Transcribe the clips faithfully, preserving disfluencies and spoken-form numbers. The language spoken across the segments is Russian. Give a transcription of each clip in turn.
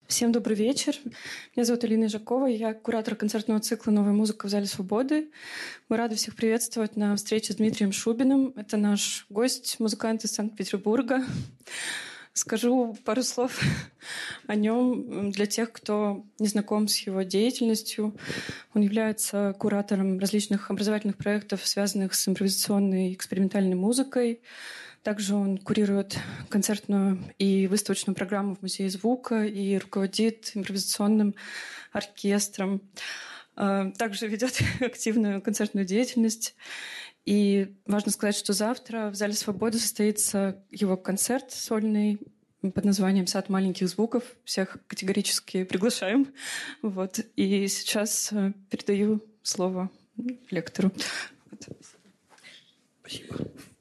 Всем добрый вечер. Меня зовут Алина Ижакова. Я куратор концертного цикла «Новая музыка в Зале Свободы». Мы рады всех приветствовать на встрече с Дмитрием Шубиным. Это наш гость, музыкант из Санкт-Петербурга. Скажу пару слов о нем для тех, кто не знаком с его деятельностью. Он является куратором различных образовательных проектов, связанных с импровизационной и экспериментальной музыкой. Также он курирует концертную и выставочную программу в Музее звука и руководит импровизационным оркестром. Также ведет активную концертную деятельность. И важно сказать, что завтра в Зале Свободы состоится его концерт сольный под названием «Сад маленьких звуков». Всех категорически приглашаем. Вот. И сейчас передаю слово лектору. Спасибо.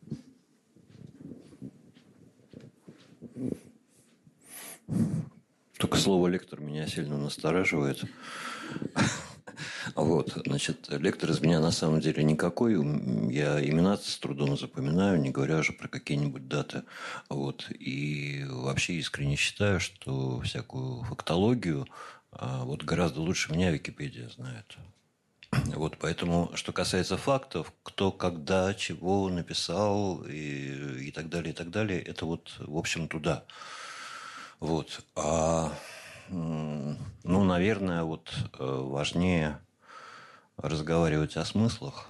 Только слово «лектор» меня сильно настораживает. Вот, значит, лектор из меня на самом деле никакой. Я имена с трудом запоминаю, не говоря уже про какие-нибудь даты. Вот. И вообще искренне считаю, что всякую фактологию вот гораздо лучше меня Википедия знает. Вот, поэтому, что касается фактов, кто, когда, чего написал и, и так далее, и так далее, это вот, в общем, туда. Вот. А, ну, наверное, вот важнее разговаривать о смыслах.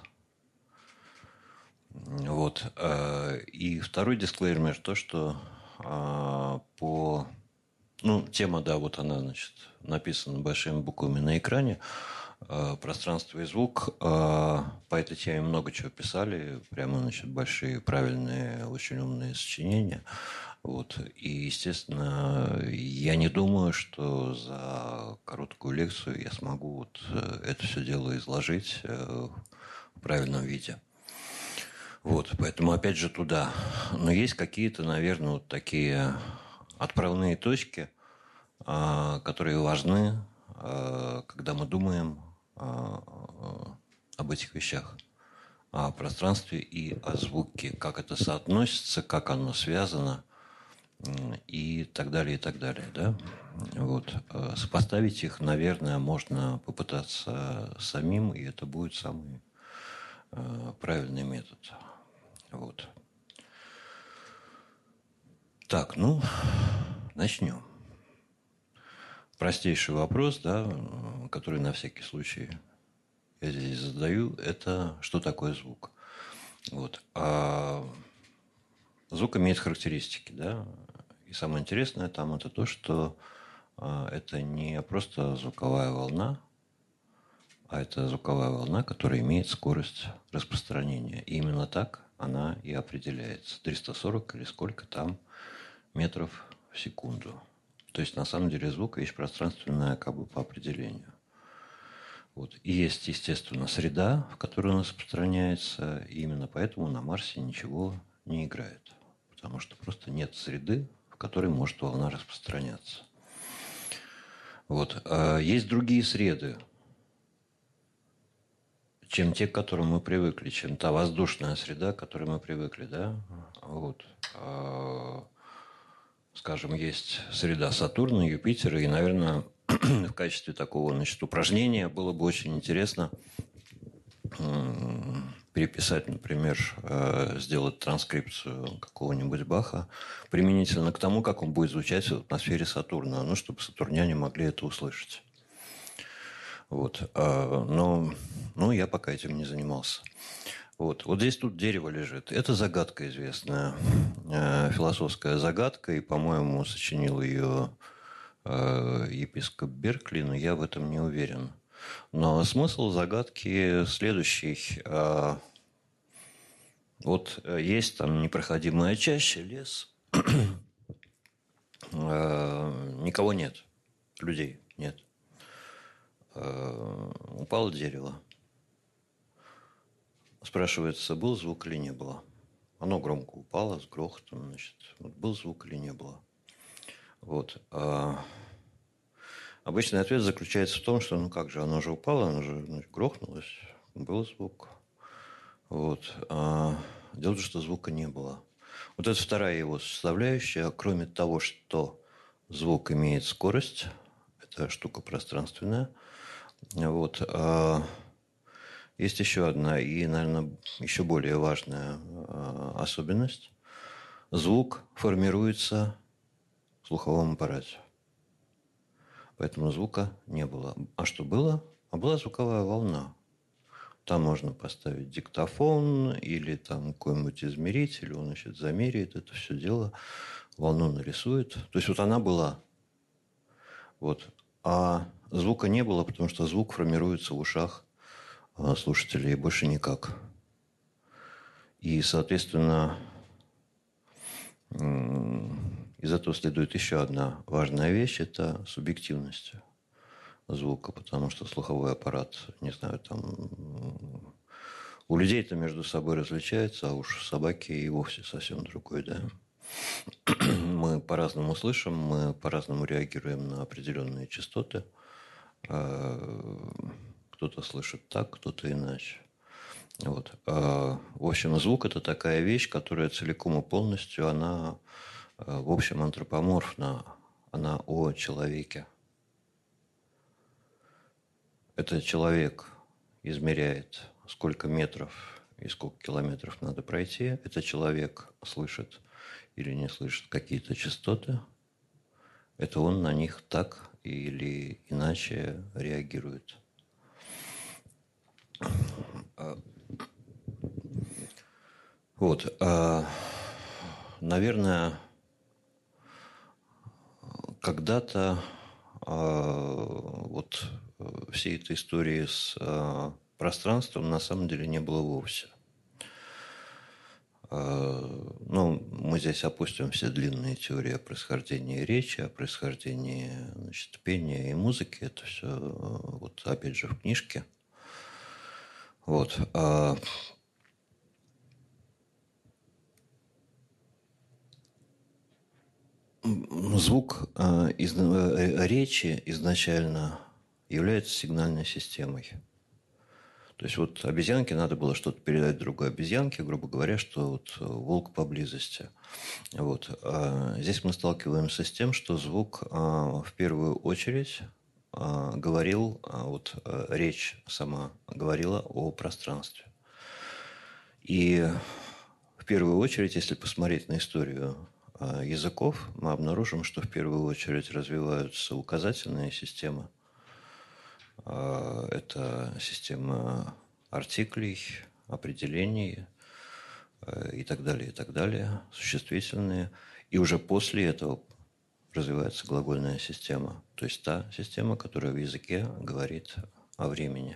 Вот. И второй дисклеймер, то, что по... Ну, тема, да, вот она, значит, написана большими буквами на экране. Пространство и звук. По этой теме много чего писали. Прямо, значит, большие, правильные, очень умные сочинения. Вот. И, естественно, я не думаю, что за короткую лекцию я смогу вот это все дело изложить в правильном виде. Вот. Поэтому, опять же, туда. Но есть какие-то, наверное, вот такие отправные точки, которые важны, когда мы думаем об этих вещах, о пространстве и о звуке, как это соотносится, как оно связано и так далее, и так далее. Да? Вот. Сопоставить их, наверное, можно попытаться самим, и это будет самый правильный метод. Вот. Так, ну, начнем. Простейший вопрос, да, который на всякий случай я здесь задаю, это что такое звук? Вот. А звук имеет характеристики, да, и самое интересное там это то, что это не просто звуковая волна, а это звуковая волна, которая имеет скорость распространения. И именно так она и определяется. триста сорок или сколько там метров в секунду. То есть, на самом деле, звук – вещь пространственная как бы по определению. Вот. И есть, естественно, среда, в которой он распространяется, и именно поэтому на Марсе ничего не играет. Потому что просто нет среды, в которой может волна распространяться. Вот. А есть другие среды, чем те, к которым мы привыкли, чем та воздушная среда, к которой мы привыкли. Да? Вот. Скажем, есть среда Сатурна, Юпитера, и, наверное, в качестве такого, значит, упражнения было бы очень интересно переписать, например, сделать транскрипцию какого-нибудь Баха применительно к тому, как он будет звучать в атмосфере Сатурна, ну, чтобы сатурняне могли это услышать. Вот. Но, но я пока этим не занимался. Вот. Вот здесь тут дерево лежит. Это загадка известная, э, философская загадка, и, по-моему, сочинил ее э, епископ Беркли, но я в этом не уверен. Но смысл загадки следующий. Э, вот есть там непроходимая чаща, лес, э, никого нет, людей нет. Э, упало дерево. Спрашивается, был звук или не было. Оно громко упало, с грохотом, значит. Вот был звук или не было. Вот. А обычный ответ заключается в том, что, ну как же, оно же упало, оно же, значит, грохнулось, был звук. Вот. А дело в том, что звука не было. Вот это вторая его составляющая. Кроме того, что звук имеет скорость это штука пространственная. Вот. Есть еще одна и, наверное, еще более важная особенность. Звук формируется в слуховом аппарате. Поэтому звука не было. А что было? А была звуковая волна. Там можно поставить диктофон или там какой-нибудь измеритель, он, значит, замеряет это все дело, волну нарисует. То есть вот она была. Вот. А звука не было, потому что звук формируется в ушах слушателей больше никак. И, соответственно, из этого следует еще одна важная вещь – это субъективность звука, потому что слуховой аппарат, не знаю, там у людей это между собой различается, а уж собаки и вовсе совсем другой, да. Мы по-разному слышим, мы по-разному реагируем на определенные частоты. Кто-то слышит так, кто-то иначе. Вот. В общем, звук – это такая вещь, которая целиком и полностью, она, в общем, антропоморфна, она о человеке. Это человек измеряет, сколько метров и сколько километров надо пройти. Это человек слышит или не слышит какие-то частоты. Это он на них так или иначе реагирует. Вот. Наверное, когда-то вот всей этой истории с пространством на самом деле не было вовсе. Ну, мы здесь опустим все длинные теории о происхождении речи, о происхождении, значит, пения и музыки. Это все, вот, опять же, в книжке. Вот. Звук из речи изначально является сигнальной системой. То есть вот обезьянке надо было что-то передать другой обезьянке, грубо говоря, что вот волк поблизости. Вот. А здесь мы сталкиваемся с тем, что звук в первую очередь говорил, вот речь сама говорила о пространстве. И в первую очередь, если посмотреть на историю языков, мы обнаружим, что в первую очередь развиваются указательные системы. Это система артиклей, определений и так далее, и так далее, существительные. И уже после этого развивается глагольная система, то есть та система, которая в языке говорит о времени.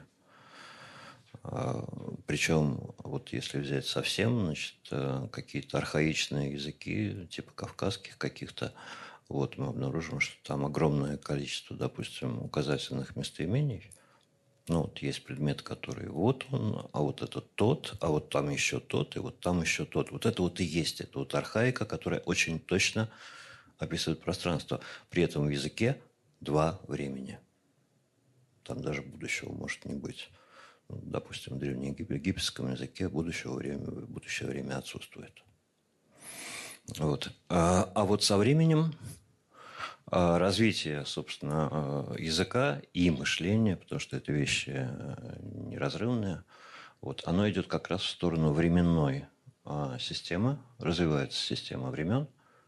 Причем, вот если взять совсем, значит, какие-то архаичные языки, типа кавказских каких-то, вот мы обнаружим, что там огромное количество, допустим, указательных местоимений. Ну, вот есть предмет, который вот он, а вот это тот, а вот там еще тот, и вот там еще тот. Вот это вот и есть, это вот архаика, которая очень точно описывает пространство. При этом в языке два времени. Там даже будущего может не быть. Допустим, в древнеегипетском языке будущего время, будущее время отсутствует. Вот. А, а вот со временем развитие, собственно, языка и мышления, потому что это вещи неразрывные, вот, оно идет как раз в сторону временной системы, развивается система времен,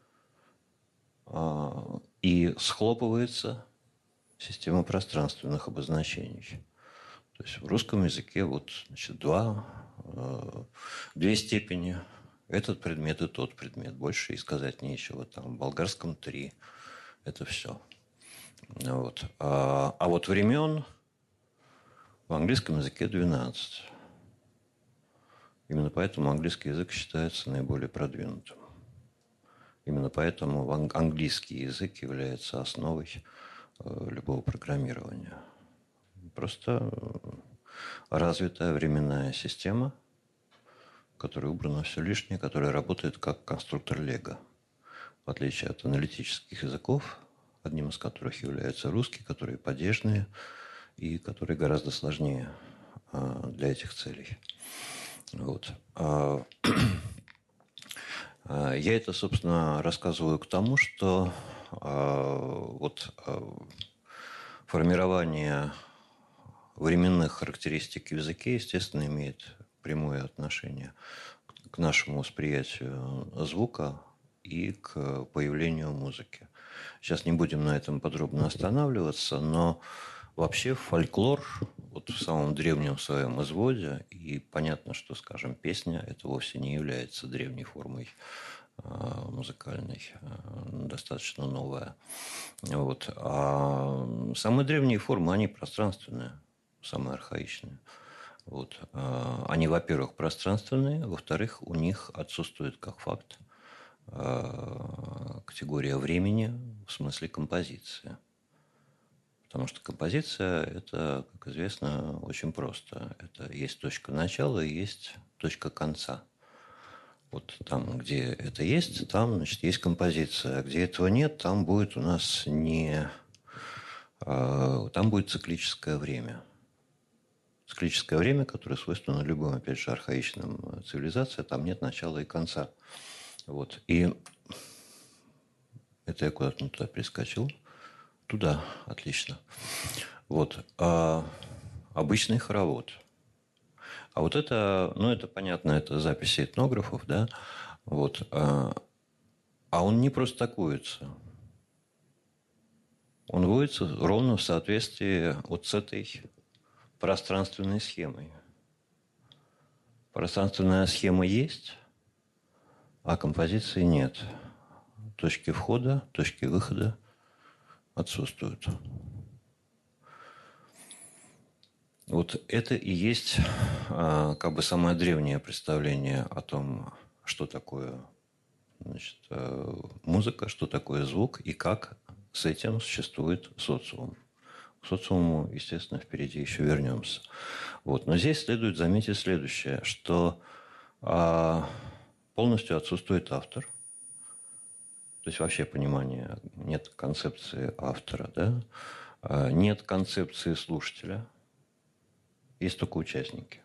и схлопывается система пространственных обозначений. То есть в русском языке вот, значит, два, две степени. Этот предмет и тот предмет. Больше и сказать нечего. Там в болгарском три. Это все. Вот. А, а вот времен в английском языке двенадцать. Именно поэтому английский язык считается наиболее продвинутым. Именно поэтому английский язык является основой любого программирования. Просто развитая временная система, в которой убрано все лишнее, которая работает как конструктор Лего. В отличие от аналитических языков, одним из которых является русский, которые падежные и которые гораздо сложнее для этих целей. Вот. Я это, собственно, рассказываю к тому, что вот формирование временных характеристик в языке, естественно, имеет прямое отношение к нашему восприятию звука и к появлению музыки. Сейчас не будем на этом подробно останавливаться, но вообще фольклор вот в самом древнем своем изводе, и понятно, что, скажем, песня – это вовсе не является древней формой музыкальной, достаточно новая. Вот. А самые древние формы, они пространственные, самые архаичные. Вот. Они, во-первых, пространственные, во-вторых, у них отсутствует как факт категория времени в смысле композиции. Потому что композиция – это, как известно, очень просто. Это есть точка начала и есть точка конца. Вот там, где это есть, там, значит, есть композиция. А где этого нет, там будет у нас не... Там будет циклическое время. Циклическое время, которое свойственно любым, опять же, архаичным цивилизациям, там нет начала и конца. Вот. И это я куда-то не туда перескочил. Туда, отлично. Вот. А обычный хоровод. А вот это, ну, это понятно, это записи этнографов, да, вот. А, а он не просто так водится. Он водится ровно в соответствии вот с этой пространственной схемой. Пространственная схема есть, а композиции нет. Точки входа, точки выхода отсутствуют. Вот это и есть как бы самое древнее представление о том, что такое, значит, музыка, что такое звук и как с этим существует социум. К социуму, естественно, впереди еще вернемся. Вот. Но здесь следует заметить следующее, что полностью отсутствует автор. То есть вообще понимания, нет концепции автора, да? Нет концепции слушателя. Есть только участники.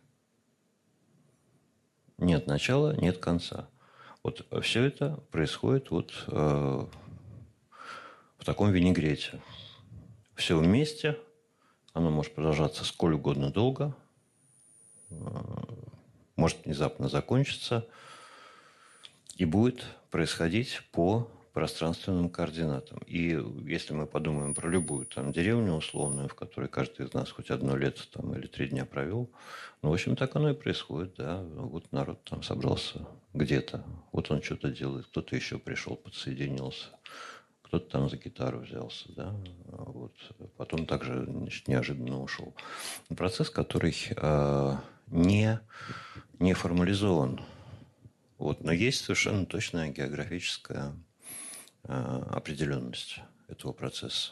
Нет начала, нет конца. Вот все это происходит вот э, в таком винегрете. Все вместе, оно может продолжаться сколь угодно долго, э, может внезапно закончиться и будет происходить по пространственным координатам. И если мы подумаем про любую там деревню условную, в которой каждый из нас хоть одно лето там, или три дня провел, ну, в общем, так оно и происходит, да. Вот народ там собрался где-то, вот он что-то делает, кто-то еще пришел, подсоединился, кто-то там за гитару взялся, да, вот. Потом также, значит, неожиданно ушел. Процесс, который э, не, не формализован. Вот. Но есть совершенно точная географическая определенность этого процесса.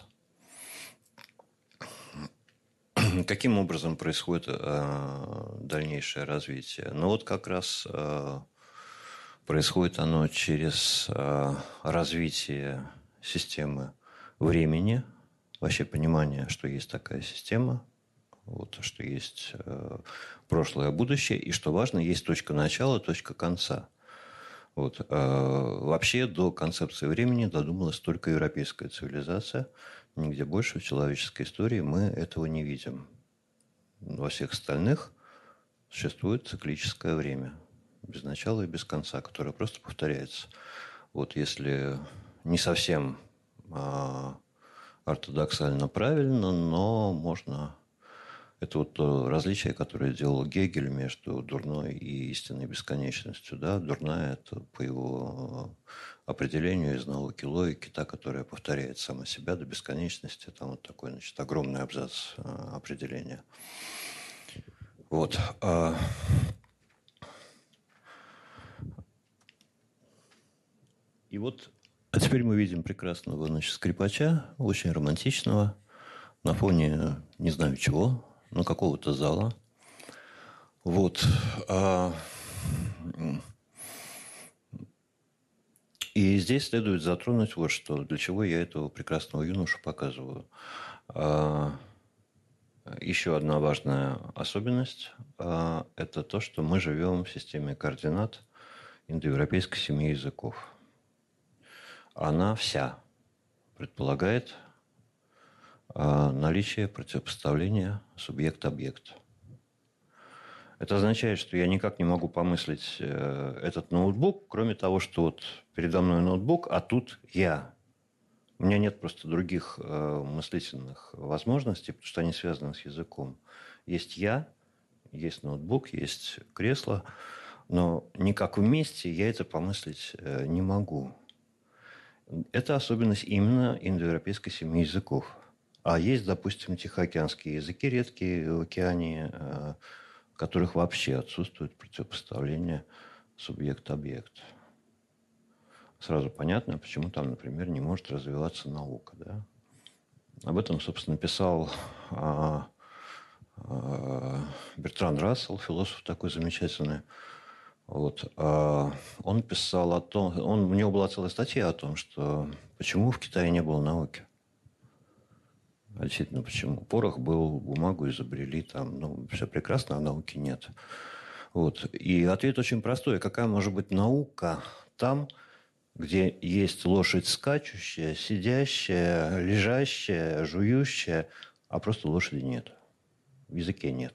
Каким образом происходит дальнейшее развитие? Ну вот как раз происходит оно через развитие системы времени, вообще понимание, что есть такая система, вот, что есть прошлое, будущее, и что важно, есть точка начала, точка конца. Вот. Вообще до концепции времени додумалась только европейская цивилизация. Нигде больше в человеческой истории мы этого не видим. Во всех остальных существует циклическое время. Без начала и без конца, которое просто повторяется. Вот если не совсем а, ортодоксально правильно, но можно... Это вот то различие, которое делал Гегель между дурной и истинной бесконечностью. Да? Дурная – это по его определению из науки логики, та, которая повторяет сама себя до бесконечности. Там вот такой, значит, огромный абзац определения. Вот. И вот а теперь мы видим прекрасного, значит, скрипача, очень романтичного, на фоне не знаю чего, ну, какого-то зала. Вот. И здесь следует затронуть вот что. Для чего я этого прекрасного юношу показываю. Еще одна важная особенность – это то, что мы живем в системе координат индоевропейской семьи языков. Она вся предполагает а наличие противопоставления субъект-объект. Это означает, что я никак не могу помыслить э, этот ноутбук, кроме того, что вот передо мной ноутбук, а тут я. У меня нет просто других э, мыслительных возможностей, потому что они связаны с языком. Есть я, есть ноутбук, есть кресло, но никак вместе я это помыслить э, не могу. Это особенность именно индоевропейской семьи языков. А есть, допустим, тихоокеанские языки, редкие в океане, э, в которых вообще отсутствует противопоставление субъект-объект. Сразу понятно, почему там, например, не может развиваться наука. Да? Об этом, собственно, писал а, а, Бертран Рассел, философ такой замечательный. Вот. А он писал о том, он, у него была целая статья о том, что почему в Китае не было науки. А действительно, почему? Порох был, бумагу изобрели, там, ну, все прекрасно, а науки нет. Вот. И ответ очень простой. Какая может быть наука там, где есть лошадь скачущая, сидящая, лежащая, жующая, а просто лошади нет. В языке нет.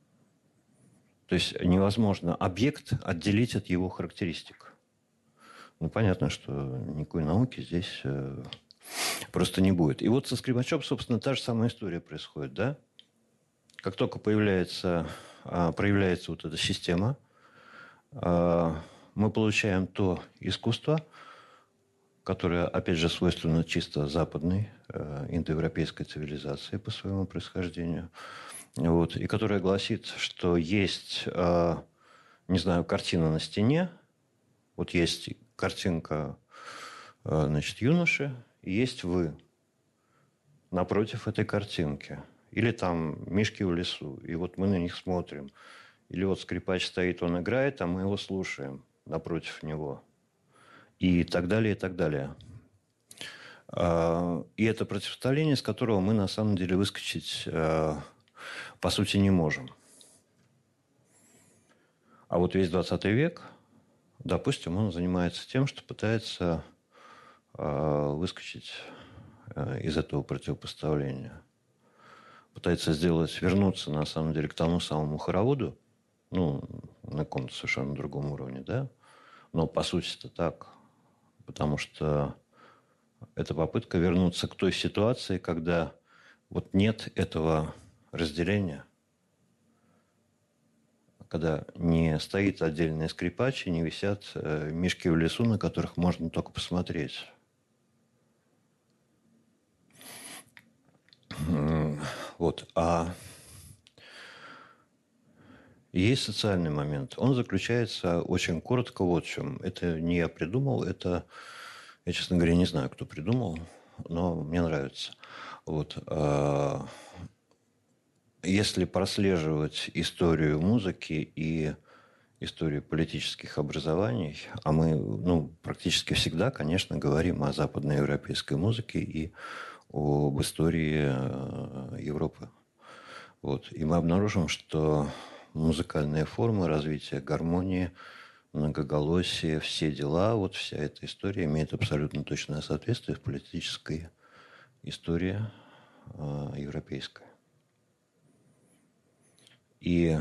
То есть невозможно объект отделить от его характеристик. Ну, понятно, что никакой науки здесь э, просто не будет. И вот со скрипачом, собственно, та же самая история происходит, да? Как только появляется, э, проявляется вот эта система, э, мы получаем то искусство, которое, опять же, свойственно чисто западной э, индоевропейской цивилизации по своему происхождению, вот, и которое гласит, что есть, э, не знаю, картина на стене, вот есть картинка, э, значит, юноши, и есть вы напротив этой картинки. Или там мишки в лесу, и вот мы на них смотрим. Или вот скрипач стоит, он играет, а мы его слушаем напротив него. И так далее, и так далее. И это противостояние, с которого мы на самом деле выскочить по сути не можем. А вот весь двадцатый век, допустим, он занимается тем, что пытается выскочить из этого противопоставления. Пытается сделать, вернуться на самом деле к тому самому хороводу, ну, на каком-то совершенно другом уровне, да, но по сути это так, потому что это попытка вернуться к той ситуации, когда вот нет этого разделения, когда не стоит отдельный скрипач и не висят э, мишки в лесу, на которых можно только посмотреть. Вот. А есть социальный момент. Он заключается очень коротко вот в чем. Это не я придумал, это, я, честно говоря, не знаю, кто придумал, но мне нравится. Вот. Если прослеживать историю музыки и историю политических образований, а мы ну, практически всегда, конечно, говорим о западноевропейской музыке и об истории Европы. Вот. И мы обнаружим, что музыкальные формы развития гармонии, многоголосие, все дела, вот вся эта история имеет абсолютно точное соответствие в политической истории э, европейской. И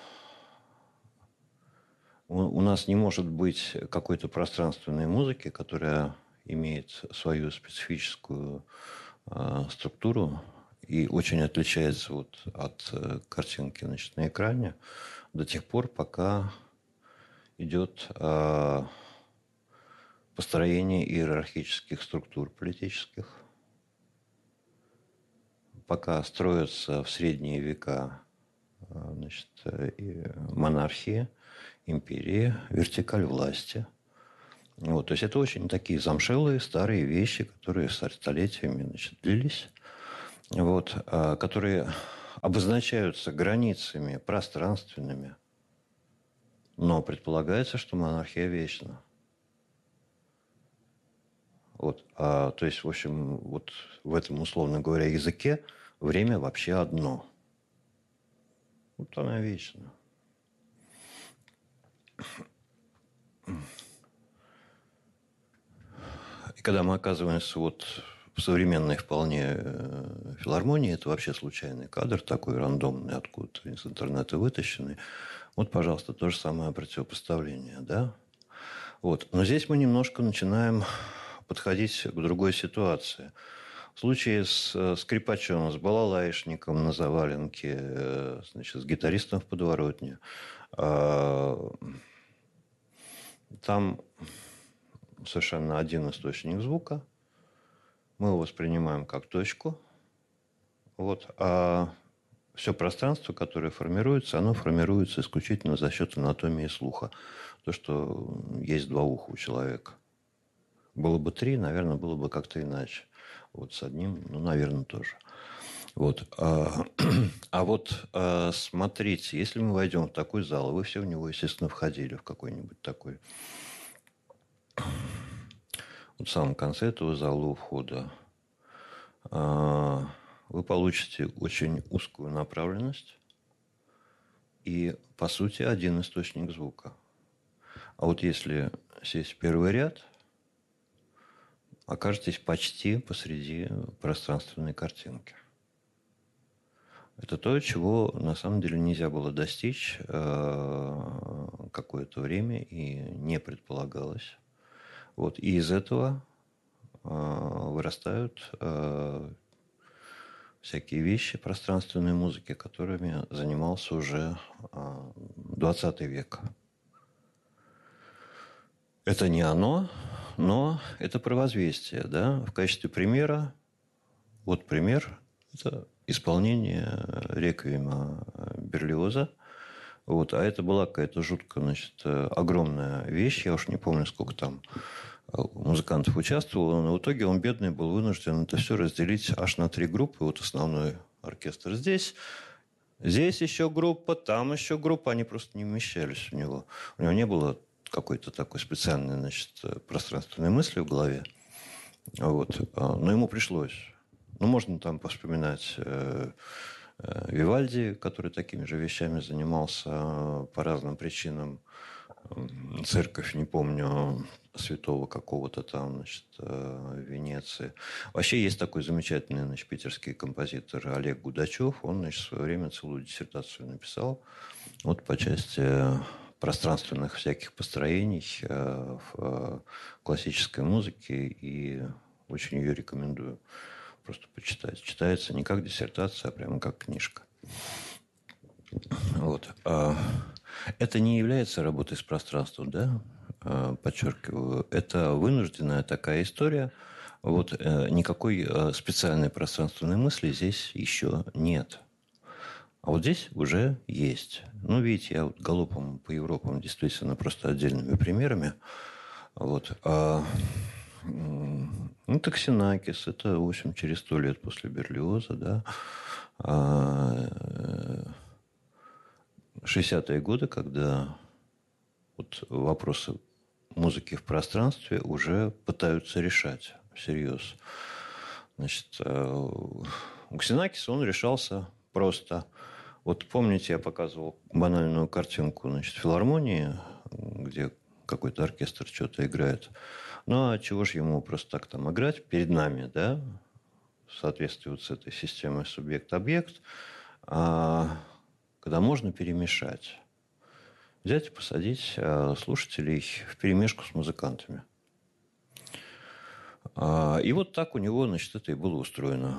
у, у нас не может быть какой-то пространственной музыки, которая имеет свою специфическую э, структуру и очень отличается вот от э, картинки, значит, на экране до тех пор, пока идет э, построение иерархических структур политических, пока строятся в средние века э, значит, э, монархии, империи, вертикаль власти. Вот, то есть это очень такие замшелые старые вещи, которые столетиями, значит, длились, вот, э, которые обозначаются границами пространственными, но предполагается, что монархия вечна. Вот, а, то есть, в общем, вот в этом, условно говоря, языке время вообще одно. Вот она вечна. И когда мы оказываемся вот в современной вполне филармонии это вообще случайный кадр, такой рандомный, откуда-то из интернета вытащенный. Вот, пожалуйста, то же самое противопоставление, да? Вот. Но здесь мы немножко начинаем подходить к другой ситуации. В случае с скрипачом, с балалайшником на заваленке, значит, с гитаристом в подворотне, там совершенно один источник звука. Мы его воспринимаем как точку. Вот. А все пространство, которое формируется, оно формируется исключительно за счет анатомии слуха. То, что есть два уха у человека. Было бы три, наверное, было бы как-то иначе. Вот с одним, ну, наверное, тоже. Вот. А, а вот а, смотрите, если мы войдем в такой зал, вы все в него, естественно, входили, в какой-нибудь такой. Вот в самом конце этого зала у входа а, вы получите очень узкую направленность и, по сути, один источник звука. А вот если сесть в первый ряд, окажетесь почти посреди пространственной картинки. Это то, чего на самом деле нельзя было достичь э, какое-то время и не предполагалось. Вот. И из этого э, вырастают э, всякие вещи пространственной музыки, которыми занимался уже э, двадцатый век. Это не оно, но это провозвестие. Да? В качестве примера, вот пример, это исполнение реквиема Берлиоза. Вот. А это была какая-то жутко, значит, огромная вещь. Я уж не помню, сколько там музыкантов участвовало. Но в итоге он, бедный, был вынужден это все разделить аж на три группы. Вот основной оркестр здесь. Здесь еще группа, там еще группа. Они просто не вмещались у него. У него не было какой-то такой специальной, значит, пространственной мысли в голове. Вот. Но ему пришлось. Ну, можно там повспоминать э, э, Вивальди, который такими же вещами занимался э, по разным причинам. Церковь, не помню, святого какого-то там, значит, э, в Венеции. Вообще есть такой замечательный, значит, питерский композитор Олег Гудачев. Он, значит, в свое время целую диссертацию написал вот по части пространственных всяких построений э, в э, классической музыке. И очень ее рекомендую просто почитать. Читается не как диссертация, а прямо как книжка. Вот. Это не является работой с пространством, да? Подчеркиваю. Это вынужденная такая история. Вот. Никакой специальной пространственной мысли здесь еще нет. А вот здесь уже есть. Ну, видите, я вот галопом по Европам действительно просто отдельными примерами. Вот. Ну, Таксинакис, это, в общем, через сто лет после Берлиоза, да. шестидесятые годы, когда вот вопросы музыки в пространстве уже пытаются решать всерьез. Значит, у Ксенакиса он решался просто. Вот помните, я показывал банальную картинку, значит, филармонии, где какой-то оркестр что-то играет. Ну, а чего же ему просто так там играть перед нами, да, в соответствии вот с этой системой субъект-объект, а, когда можно перемешать. Взять и посадить а, слушателей вперемешку с музыкантами. А, и вот так у него, значит, это и было устроено.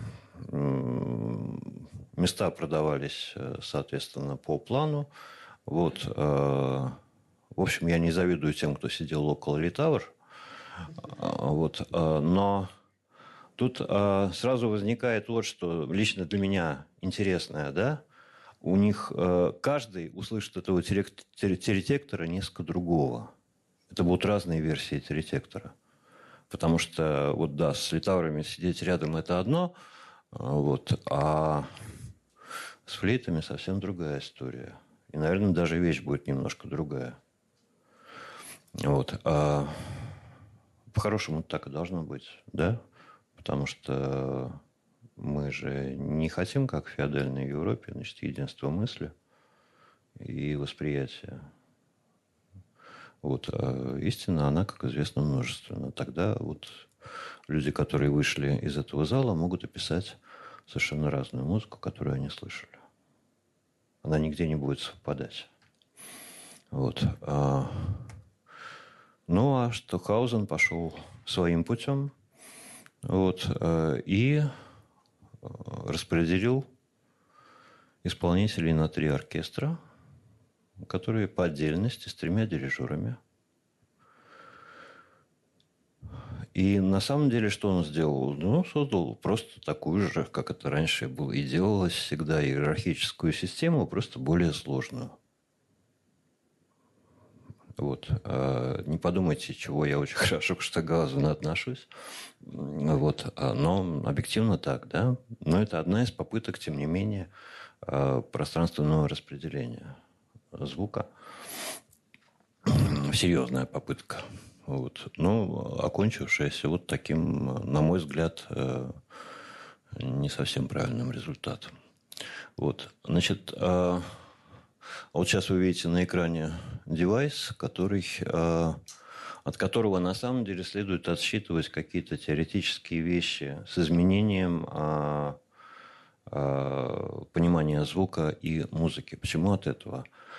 Места продавались, соответственно, по плану. Вот. А, в общем, я не завидую тем, кто сидел около Литавр. Вот. Но тут сразу возникает вот что лично для меня интересное, да? У них каждый услышит этого теретектора несколько другого. Это будут разные версии теретектора. Потому что, вот да, с литаврами сидеть рядом – это одно, вот, а с флейтами совсем другая история. И, наверное, даже вещь будет немножко другая. Вот. А по-хорошему так и должно быть, да? Потому что мы же не хотим, как в феодальной Европе, значит, единство мысли и восприятия. Вот. А истина, она, как известно, множественна. Тогда вот люди, которые вышли из этого зала, могут описать совершенно разную музыку, которую они слышали. Она нигде не будет совпадать. Вот. Ну, а Стокхаузен пошел своим путем, вот, и распределил исполнителей на три оркестра, которые по отдельности с тремя дирижерами. И на самом деле, что он сделал? Ну, создал просто такую же, как это раньше было и делалось всегда, иерархическую систему, просто более сложную. Вот. Не подумайте, чего я очень хорошо к Стокхаузену отношусь. Вот. Но объективно так, да. Но это одна из попыток, тем не менее, пространственного распределения звука. Серьезная попытка. Вот. Но окончившаяся вот таким, на мой взгляд, не совсем правильным результатом. Вот. Значит, а вот сейчас вы видите на экране девайс, который, от которого на самом деле следует отсчитывать какие-то теоретические вещи с изменением понимания звука и музыки. Почему от этого?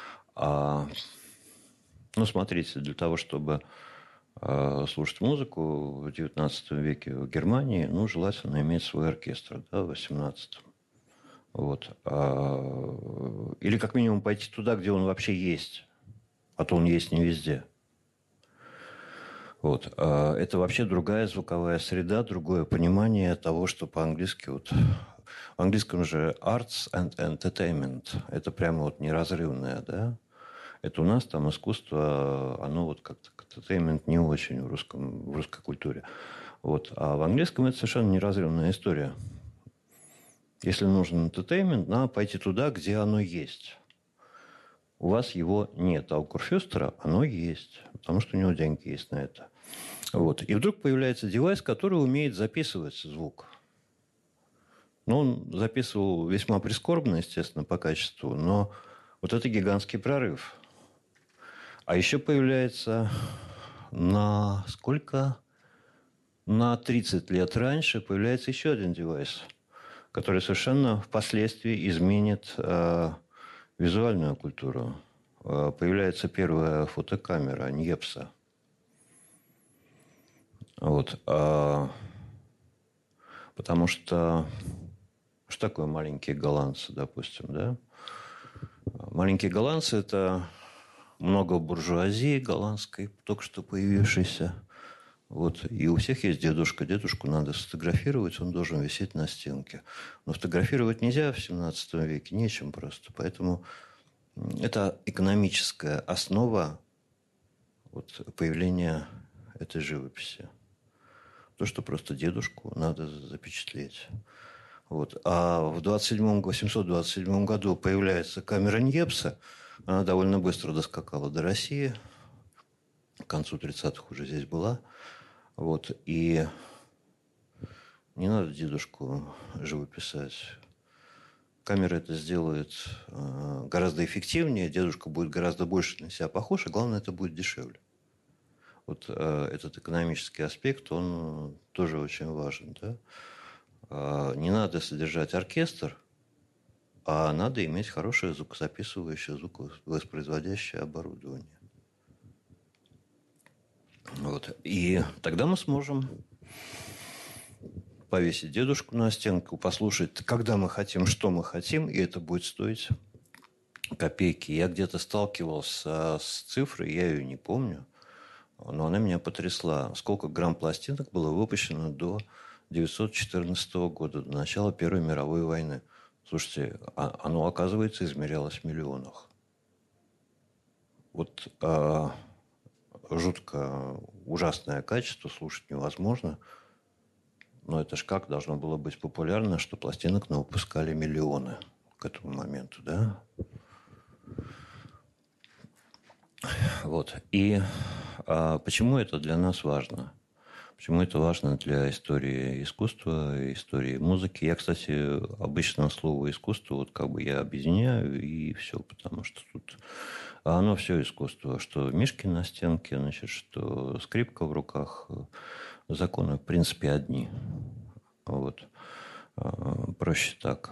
Ну, смотрите, для того, чтобы слушать музыку в девятнадцатом веке в Германии, ну, желательно иметь свой оркестр, да, в восемнадцатом. Вот. Или как минимум пойти туда, где он вообще есть. А то он есть не везде. Вот. Это вообще другая звуковая среда, другое понимание того, что по-английски... Вот, в английском же arts and entertainment. Это прямо вот неразрывное, да? Это у нас там искусство, оно вот как-то entertainment не очень в, русском, в русской культуре. Вот. А в английском это совершенно неразрывная история. Если нужен entertainment, надо пойти туда, где оно есть. У вас его нет, а у Курфюстера оно есть, потому что у него деньги есть на это. Вот. И вдруг появляется девайс, который умеет записывать звук. Ну, он записывал весьма прискорбно, естественно, по качеству, но вот это гигантский прорыв. А еще появляется на сколько? На тридцать лет раньше появляется еще один девайс, который совершенно впоследствии изменит э, визуальную культуру. Э, появляется первая фотокамера Ньепса. Вот. Э, потому что... Что такое маленькие голландцы, допустим, да? Маленькие голландцы – это много буржуазии голландской, только что появившейся. Вот. И у всех есть дедушка. Дедушку надо сфотографировать, он должен висеть на стенке. Но фотографировать нельзя в семнадцатом веке, нечем просто. Поэтому это экономическая основа вот, появления этой живописи. То, что просто дедушку надо запечатлеть. Вот. А в восемьсот двадцать седьмом году появляется камера Ньепса. Она довольно быстро доскакала до России. К концу тридцатых уже здесь была. Вот. И не надо дедушку живописать. Камера это сделает гораздо эффективнее. Дедушка будет гораздо больше на себя похож. И главное, это будет дешевле. Вот этот экономический аспект, он тоже очень важен, да? Не надо содержать оркестр, а надо иметь хорошее звукозаписывающее, звуковоспроизводящее оборудование. Вот. И тогда мы сможем повесить дедушку на стенку, послушать, когда мы хотим, что мы хотим, и это будет стоить копейки. Я где-то сталкивался с цифрой, я ее не помню, но она меня потрясла. Сколько грамм пластинок было выпущено до тысяча девятьсот четырнадцатого года, до начала Первой мировой войны. Слушайте, оно, оказывается, измерялось в миллионах. Вот а, жутко ужасное качество, слушать невозможно. Но это ж как должно было быть популярно, что пластинок навыпускали миллионы к этому моменту, да? Вот. И а, почему это для нас важно? Почему это важно для истории искусства, истории музыки? Я, кстати, обычно слово искусство вот как бы я объединяю и все, потому что тут оно все искусство. Что мишки на стенке, значит, что скрипка в руках законы, в принципе, одни. Вот. Проще так.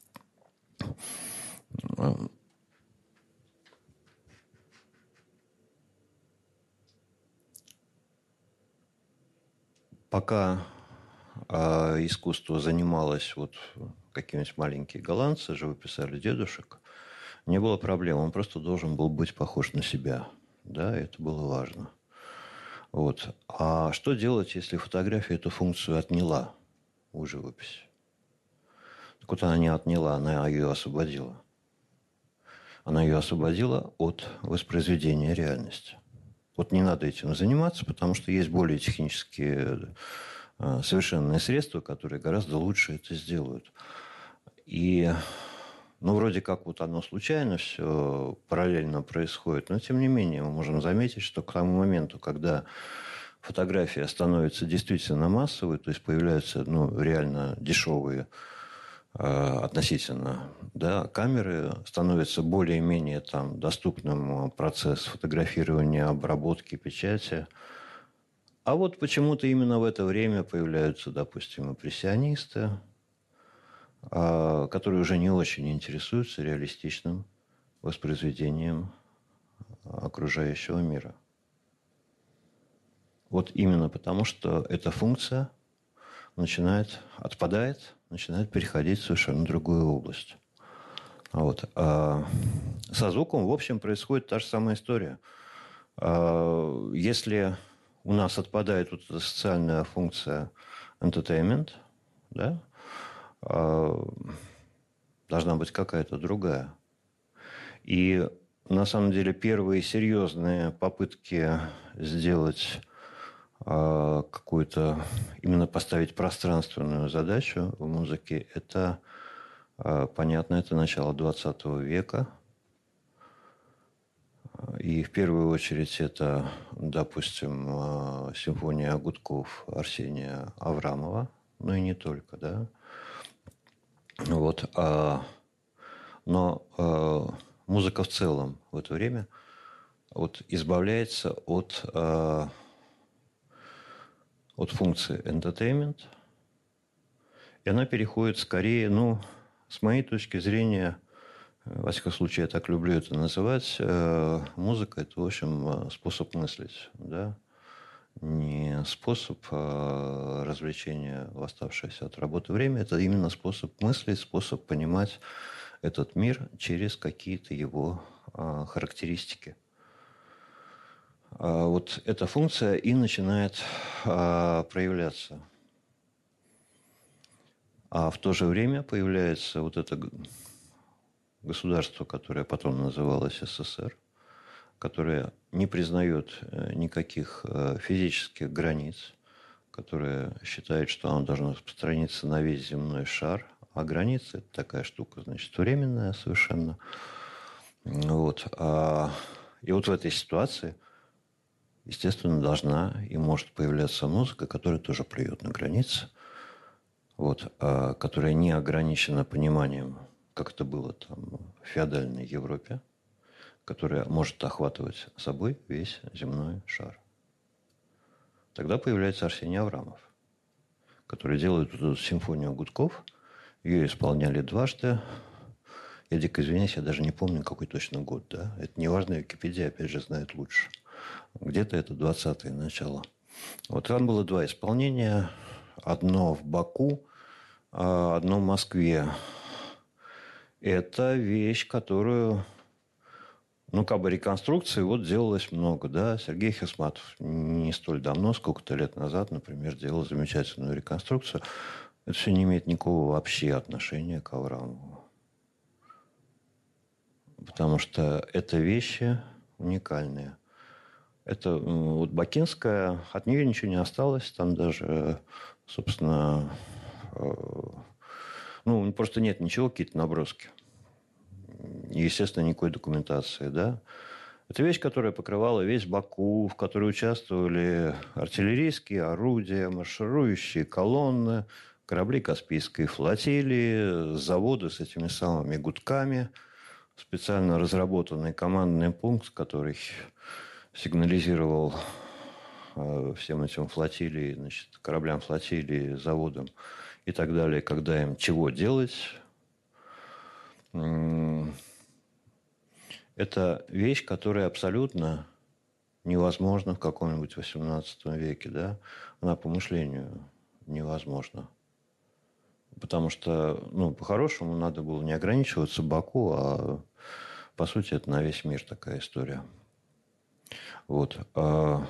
Пока э, искусство занималось, вот какие-нибудь маленькие голландцы живописали дедушек, не было проблем. Он просто должен был быть похож на себя. Да, это было важно. Вот. А что делать, если фотография эту функцию отняла у живописи? Так вот, она не отняла, она ее освободила. Она ее освободила от воспроизведения реальности. Вот не надо этим заниматься, потому что есть более технические совершенные средства, которые гораздо лучше это сделают. И, ну, вроде как вот оно случайно все параллельно происходит, но тем не менее мы можем заметить, что к тому моменту, когда фотография становится действительно массовой, то есть появляются, ну, реально дешевые относительно, да, камеры, становится более-менее там доступным процесс фотографирования, обработки, печати. А вот почему-то именно в это время появляются, допустим, импрессионисты, которые уже не очень интересуются реалистичным воспроизведением окружающего мира. Вот именно потому, что эта функция начинает, отпадает, начинает переходить в совершенно другую область. Вот. А со звуком, в общем, происходит та же самая история. Если у нас отпадает вот эта социальная функция entertainment, да, должна быть какая-то другая. И на самом деле первые серьезные попытки сделать какую-то, именно поставить пространственную задачу в музыке, это, понятно, это начало двадцатого века. И в первую очередь это, допустим, симфония гудков Арсения Аврамова, ну и не только, да. Вот. Но музыка в целом в это время вот избавляется от от функции entertainment, и она переходит скорее, ну, с моей точки зрения, во всяком случае, я так люблю это называть, музыка – это, в общем, способ мыслить, да, не способ развлечения в оставшееся от работы время, это именно способ мыслить, способ понимать этот мир через какие-то его характеристики. Вот эта функция и начинает проявляться. А в то же время появляется вот это государство, которое потом называлось СССР, которое не признает никаких физических границ, которое считает, что оно должно распространиться на весь земной шар, а границы – это такая штука, значит, временная совершенно. Вот. И вот в этой ситуации, естественно, должна и может появляться музыка, которая тоже плюет на границы, вот, которая не ограничена пониманием, как это было там в феодальной Европе, которая может охватывать собой весь земной шар. Тогда появляется Арсений Аврамов, который делает вот эту симфонию гудков. Ее исполняли дважды. Я дико извиняюсь, я даже не помню, какой точно год. Да? Это не важно, Википедия, опять же, знает лучше. Где-то это двадцатые начало. Вот там было два исполнения. Одно в Баку, одно в Москве. Это вещь, которую... Ну, как бы реконструкции вот делалось много, да. Сергей Хисматов не столь давно, сколько-то лет назад, например, делал замечательную реконструкцию. Это все не имеет никакого вообще отношения к Аврамову. Потому что это вещи уникальные. Это вот Бакинская, от нее ничего не осталось. Там даже, собственно, ну, просто нет ничего, какие-то наброски. И, естественно, никакой документации, да. Это вещь, которая покрывала весь Баку, в которой участвовали артиллерийские орудия, марширующие колонны, корабли Каспийской флотилии, заводы с этими самыми гудками, специально разработанный командный пункт, который сигнализировал всем этим флотилии, значит, кораблям флотилии, заводам и так далее, когда им чего делать. Это вещь, которая абсолютно невозможна в каком-нибудь восемнадцатом веке, да? Она по мышлению невозможна. Потому что, ну, по-хорошему, надо было не ограничиваться Баку, а, по сути, это на весь мир такая история. Вот. А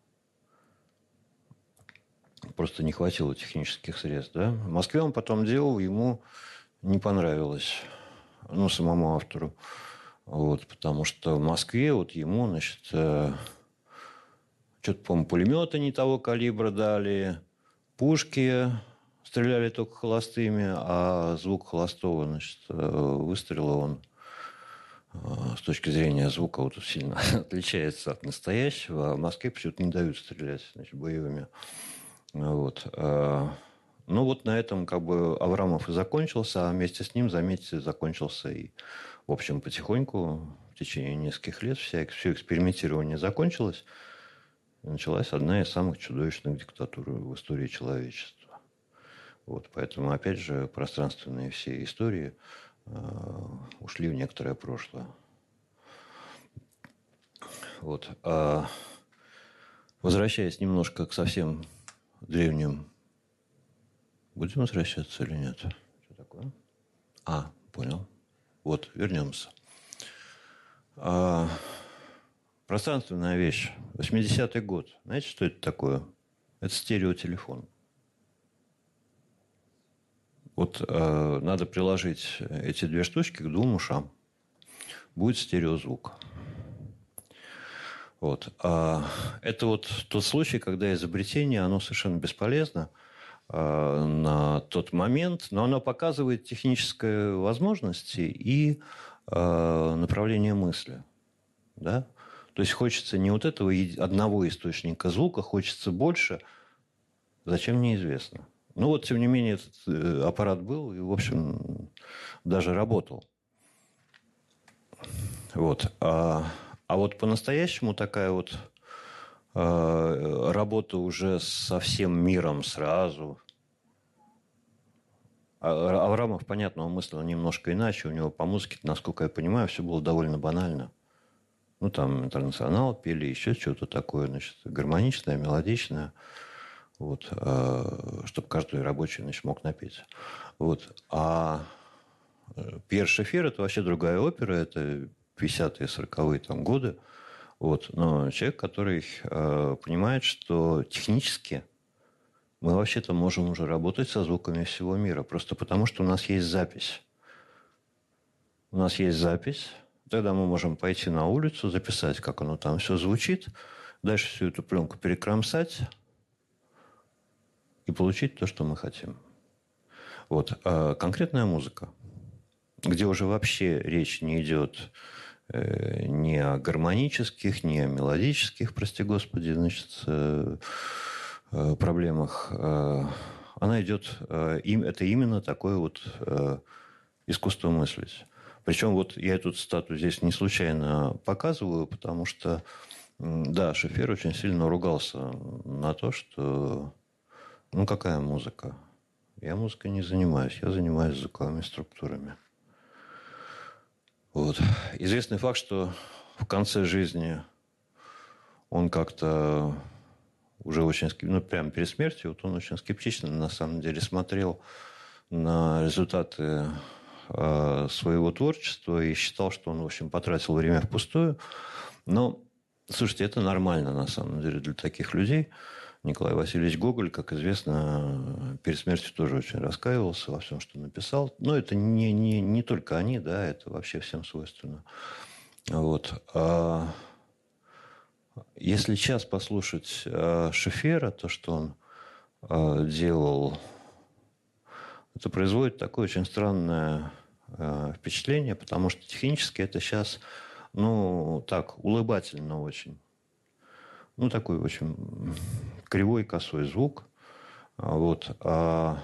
просто не хватило технических средств, да? В Москве он потом делал, ему не понравилось, ну, самому автору. Вот, потому что в Москве вот ему, значит, что-то, по-моему, пулеметы не того калибра дали, пушки стреляли только холостыми, а звук холостого, значит, выстрела, он с точки зрения звука вот сильно отличается от настоящего. А в Москве почему-то не дают стрелять, значит, боевыми. Вот. Ну, вот на этом как бы Аврамов и закончился, а вместе с ним, заметьте, закончился и, в общем, потихоньку в течение нескольких лет вся, все экспериментирование закончилось. И началась одна из самых чудовищных диктатур в истории человечества. Вот, поэтому, опять же, пространственные все истории э, ушли в некоторое прошлое. Вот. А возвращаясь немножко к совсем древним... Будем возвращаться или нет? Что такое? А, понял. Вот, вернемся. А, пространственная вещь. восьмидесятый год. Знаете, что это такое? Это стереотелефон. Вот э, надо приложить эти две штучки к двум ушам. Будет стереозвук. Вот. А это вот тот случай, когда изобретение, оно совершенно бесполезно э, на тот момент, но оно показывает технические возможности и э, направление мысли. Да? То есть хочется не вот этого одного источника звука, хочется больше. Зачем, неизвестно. Ну вот, тем не менее, этот аппарат был и, в общем, даже работал. Вот. А, а вот по-настоящему такая вот а, работа уже со всем миром сразу. А, Аврамов, понятно, он мыслил немножко иначе. У него по музыке, насколько я понимаю, все было довольно банально. Ну, там «Интернационал» пели, еще что-то такое, значит, гармоничное, мелодичное. Вот, чтобы каждый рабочий, значит, мог напеть. Вот. А Пьер Шефер – это вообще другая опера, это пятидесятые, сороковые там, годы. Вот. Но человек, который э, понимает, что технически мы вообще-то можем уже работать со звуками всего мира, просто потому, что у нас есть запись. У нас есть запись, тогда мы можем пойти на улицу, записать, как оно там все звучит, дальше всю эту пленку перекромсать, и получить то, что мы хотим. Вот. А конкретная музыка, где уже вообще речь не идет э, ни о гармонических, ни о мелодических, прости господи, значит, э, э, проблемах. Э, она идет... Э, им, это именно такое вот э, искусство мыслить. Причем вот я эту цитату здесь не случайно показываю, потому что, да, Шефер очень сильно ругался на то, что... Ну, какая музыка? Я музыкой не занимаюсь. Я занимаюсь звуковыми структурами. Вот. Известный факт, что в конце жизни он как-то уже очень... Ну, прямо перед смертью, вот он очень скептично, на самом деле, смотрел на результаты э, своего творчества и считал, что он, в общем, потратил время впустую. Но, слушайте, это нормально, на самом деле, для таких людей. Николай Васильевич Гоголь, как известно, перед смертью тоже очень раскаивался во всем, что написал. Но это не, не, не только они, да, это вообще всем свойственно. Вот. А если сейчас послушать Шефера, то, что он делал, это производит такое очень странное впечатление, потому что технически это сейчас, ну, так, улыбательно очень. Ну, такой очень кривой, косой звук. Вот. А,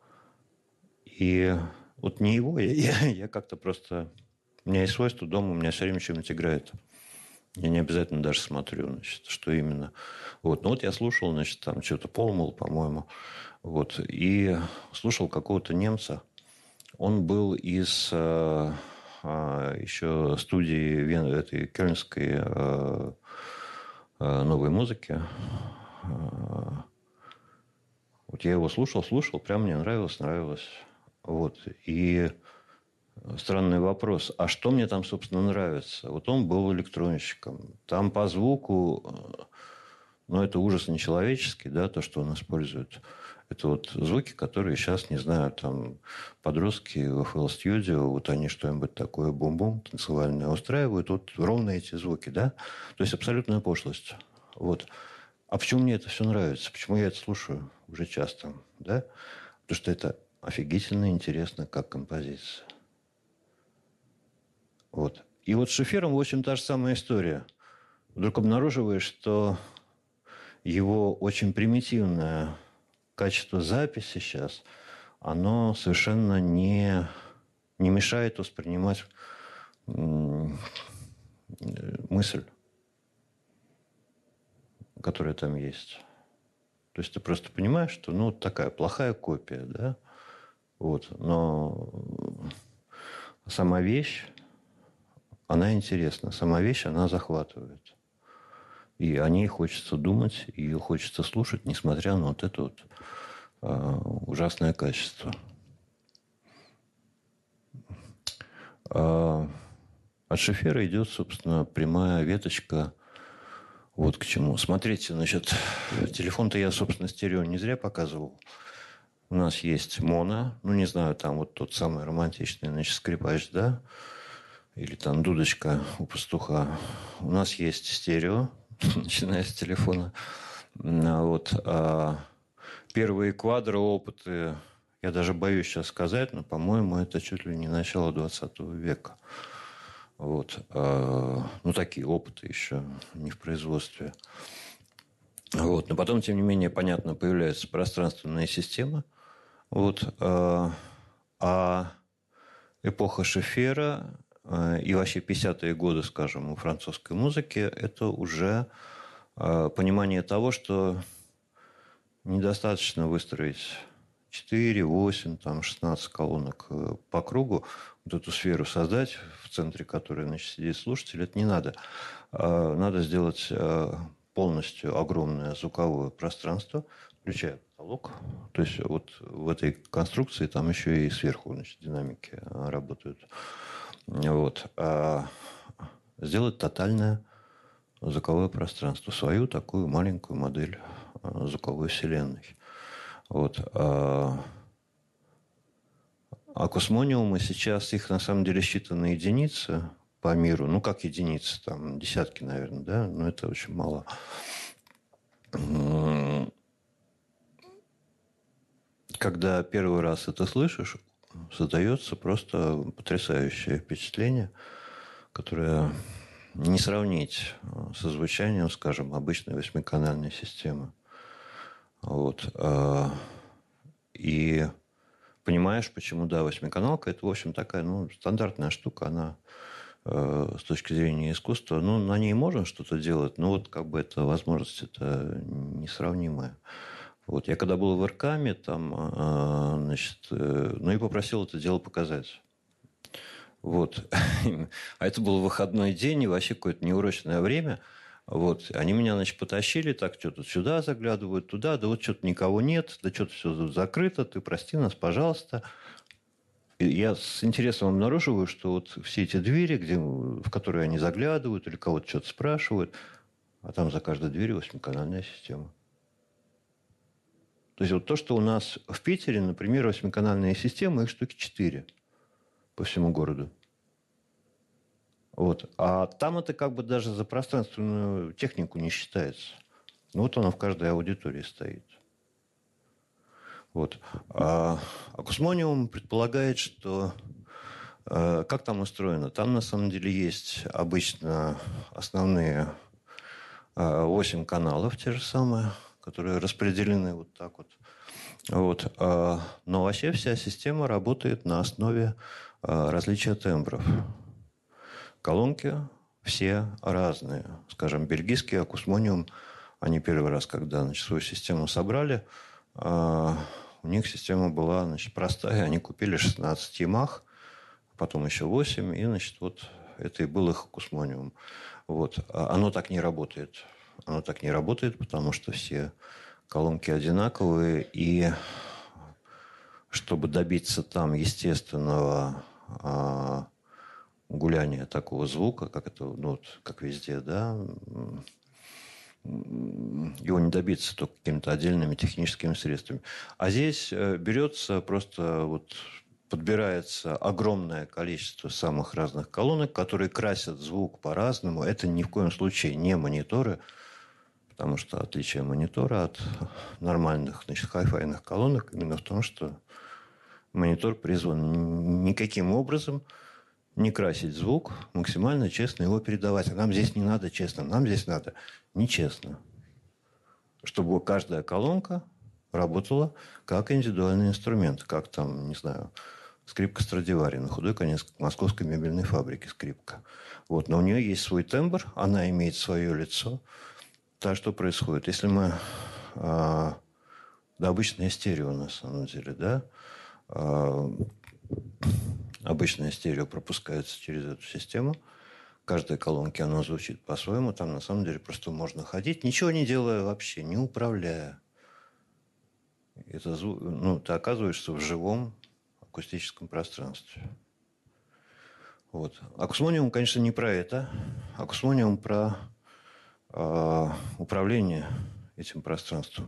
и вот не его, я, я, я как-то просто... У меня есть свойство дома, у меня все время что-нибудь играет. Я не обязательно даже смотрю, значит, что именно. Вот. Ну вот я слушал, значит, там что-то Полмул, по-моему. Вот. И слушал какого-то немца. Он был из э, э, еще студии Вен... этой кёльнской э, э, новой музыки. Вот я его слушал, слушал, прям мне нравилось, нравилось. Вот. И странный вопрос. А что мне там, собственно, нравится? Вот он был электронщиком. Там по звуку, ну, это ужас нечеловеческий, да, то, что он использует. Это вот звуки, которые сейчас, не знаю, там, подростки в эф эл Studio, вот они что-нибудь такое бум-бум танцевальное устраивают. Вот ровно эти звуки, да? То есть абсолютная пошлость. Вот. А почему мне это все нравится? Почему я это слушаю уже часто, да? Потому что это офигительно интересно, как композиция. Вот. И вот с Шефером, в общем, та же самая история. Вдруг обнаруживаешь, что его очень примитивное качество записи сейчас, оно совершенно не, не мешает воспринимать мысль, которая там есть. То есть ты просто понимаешь, что ну такая плохая копия, да, вот, но сама вещь, она интересна, сама вещь, она захватывает. И о ней хочется думать, и ее хочется слушать, несмотря на вот это вот э, ужасное качество. А от Шефера идет, собственно, прямая веточка вот к чему. Смотрите, значит, телефон-то я, собственно, стерео не зря показывал. У нас есть моно, ну, не знаю, там вот тот самый романтичный, значит, скрипач, да, или там дудочка у пастуха. У нас есть стерео, начиная с телефона. Вот. А первые квадроопыты, я даже боюсь сейчас сказать, но, по-моему, это чуть ли не начало двадцатого века. Вот. А, ну, такие опыты еще не в производстве. Вот. Но потом, тем не менее, понятно, появляется пространственная система. Вот. А, а эпоха Шефера и вообще пятидесятые годы, скажем, у французской музыки, это уже понимание того, что недостаточно выстроить четыре, восемь, там, шестнадцать колонок по кругу, вот эту сферу создать, в центре которой, значит, сидит слушатель, это не надо. Надо сделать полностью огромное звуковое пространство, включая потолок. То есть вот в этой конструкции там еще и сверху, значит, динамики работают. Вот. А сделать тотальное звуковое пространство, свою такую маленькую модель звуковой вселенной. Вот. А акусмониумы сейчас, их на самом деле считаны единицы по миру. Ну, как единицы, там десятки, наверное, да? Но это очень мало. Когда первый раз это слышишь, создается просто потрясающее впечатление, которое не сравнить со звучанием, скажем, обычной восьмиканальной системы. Вот. И понимаешь, почему, да, восьмиканалка, это, в общем, такая, ну, стандартная штука, она с точки зрения искусства, ну, на ней можно что-то делать, но вот как бы эта возможность, это несравнимая. Вот. Я когда был в Иркаме, там, значит, ну, и попросил это дело показать. Вот. А это был выходной день и вообще какое-то неурочное время. Вот. Они меня, значит, потащили, так, что-то сюда заглядывают, туда, да вот что-то никого нет, да что-то все закрыто, ты прости нас, пожалуйста. И я с интересом обнаруживаю, что вот все эти двери, где, в которые они заглядывают или кого-то что-то спрашивают, а там за каждой дверью восьмиканальная система. То есть вот то, что у нас в Питере, например, восьмиканальная система, их штуки четыре по всему городу. Вот. А там это как бы даже за пространственную технику не считается. Ну, вот она в каждой аудитории стоит. Вот. А акусмониум предполагает, что... Как там устроено? Там, на самом деле, есть обычно основные восемь каналов, те же самые, которые распределены вот так вот. Вот. Но вообще вся система работает на основе различия тембров. Колонки все разные. Скажем, бельгийский акусмониум, они первый раз, когда, значит, свою систему собрали, у них система была, значит, простая. Они купили шестнадцать Ямах, потом еще восемь, и, значит, вот это и был их акусмониум. Вот. Оно так не работает. Оно так не работает, потому что все колонки одинаковые, и чтобы добиться там естественного а, гуляния такого звука, как это, ну, вот, как везде, да, его не добиться только какими-то отдельными техническими средствами. А здесь берется просто вот подбирается огромное количество самых разных колонок, которые красят звук по-разному. Это ни в коем случае не мониторы, потому что отличие монитора от нормальных, значит, хай-файных колонок именно в том, что монитор призван никаким образом не красить звук, максимально честно его передавать. А нам здесь не надо честно, нам здесь надо нечестно. Чтобы каждая колонка работала как индивидуальный инструмент, как там, не знаю, скрипка Страдивари, на худой конец московской мебельной фабрики скрипка. Вот. Но у нее есть свой тембр, она имеет свое лицо. Так что происходит? Если мы... А, да, обычное стерео, на самом деле, да? А, обычное стерео пропускается через эту систему. Каждой колонке оно звучит по-своему. Там, на самом деле, просто можно ходить, ничего не делая вообще, не управляя. Это звук... Ну, ты оказываешься в живом акустическом пространстве. Вот. Акусмониум, конечно, не про это. Акусмониум про э, управление этим пространством.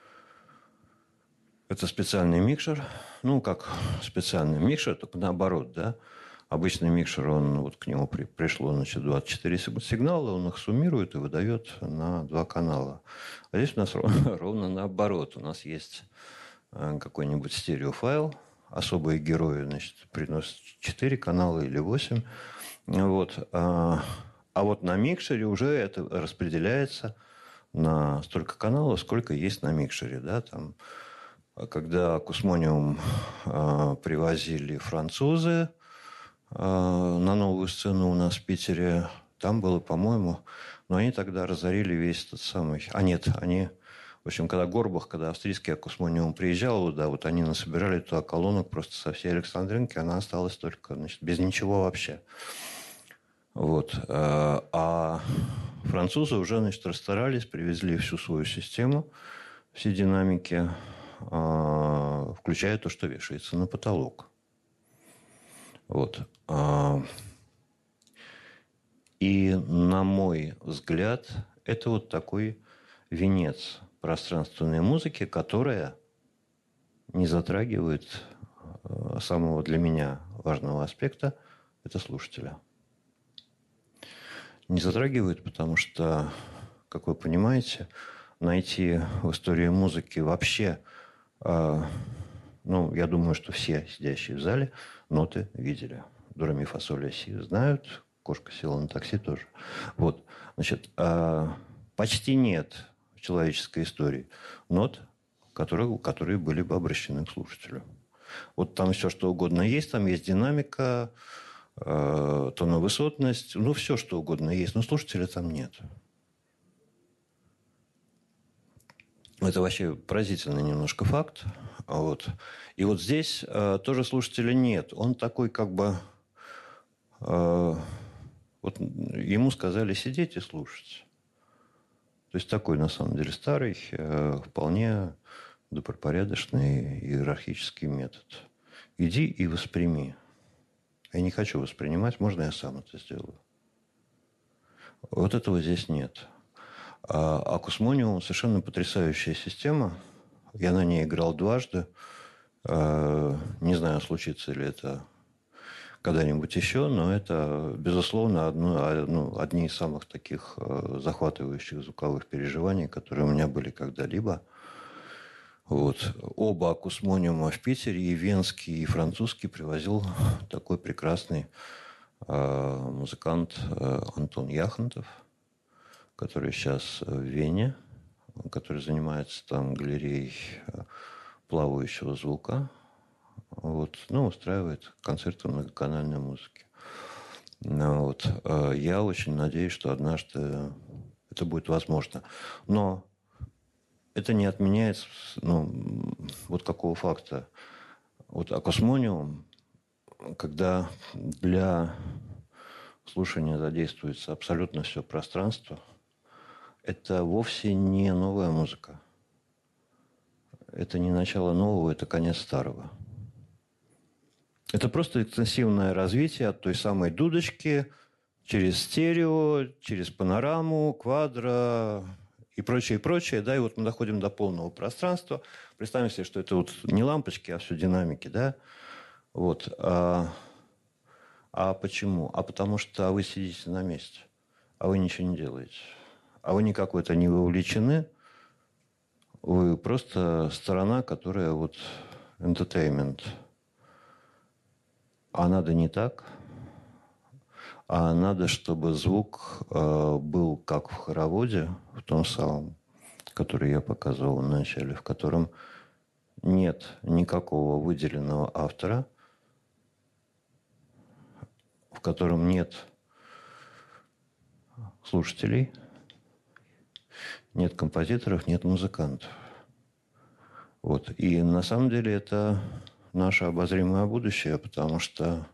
Это специальный микшер. Ну, как специальный микшер, только наоборот, да. Обычный микшер, он, вот к нему при, пришло, значит, двадцать четыре сигнала, он их суммирует и выдает на два канала. А здесь у нас ровно, ровно наоборот. У нас есть какой-нибудь стереофайл, особые герои, значит, приносят четыре канала или восемь. Вот. А, а вот на микшере уже это распределяется на столько каналов, сколько есть на микшере. Да? Там, когда акусмониум а, привозили французы а, на новую сцену у нас в Питере, там было, по-моему, но они тогда разорили весь этот самый... А нет, они... В общем, когда Горбах, когда австрийский акусмониум приезжал туда, вот они насобирали туда колонок просто со всей Александринки, она осталась только, значит, без ничего вообще. Вот. А французы уже, значит, расстарались, привезли всю свою систему, все динамики, включая то, что вешается на потолок. Вот. И, на мой взгляд, это вот такой венец пространственной музыки, которая не затрагивает самого для меня важного аспекта – это слушателя. Не затрагивает, потому что, как вы понимаете, найти в истории музыки вообще, ну, я думаю, что все сидящие в зале ноты видели. До, ре, ми, фа, соль, ля, си знают, кошка села на такси тоже. Вот, значит, почти нет в человеческой истории нот, которые, которые были бы обращены к слушателю. Вот там все, что угодно есть. Там есть динамика, э, тоновысотность. Ну, все, что угодно есть. Но слушателя там нет. Это вообще поразительный немножко факт. Вот. И вот здесь э, тоже слушателя нет. Он такой как бы... Э, вот ему сказали сидеть и слушать. То есть такой, на самом деле, старый, вполне добропорядочный иерархический метод. Иди и восприми. Я не хочу воспринимать, можно я сам это сделаю. Вот этого здесь нет. А акусмониум совершенно потрясающая система. Я на ней играл дважды. Не знаю, случится ли это когда-нибудь еще, но это, безусловно, одно, ну, одни из самых таких э, захватывающих звуковых переживаний, которые у меня были когда-либо. Вот. Оба акусмониума в Питере, и венский, и французский, привозил такой прекрасный э, музыкант э, Антон Яхонтов, который сейчас в Вене, который занимается там галереей плавающего звука. Вот, ну, устраивает концерты многоканальной музыки. Ну, вот. Я очень надеюсь, что однажды это будет возможно. Но это не отменяет, ну, вот какого факта. Вот акусмониум, когда для слушания задействуется абсолютно все пространство, это вовсе не новая музыка. Это не начало нового, это конец старого. Это просто экстенсивное развитие от той самой дудочки через стерео, через панораму, квадро и прочее, и прочее. Да, и вот мы доходим до полного пространства. Представим себе, что это вот не лампочки, а все динамики, да. Вот. А, а почему? А потому что вы сидите на месте, а вы ничего не делаете. А вы никак в это не вовлечены. Вы просто сторона, которая вот entertainment. А надо не так. А надо, чтобы звук э, был как в хороводе, в том самом, который я показывал в начале, в котором нет никакого выделенного автора, в котором нет слушателей, нет композиторов, нет музыкантов. Вот. И на самом деле это наше обозримое будущее, потому что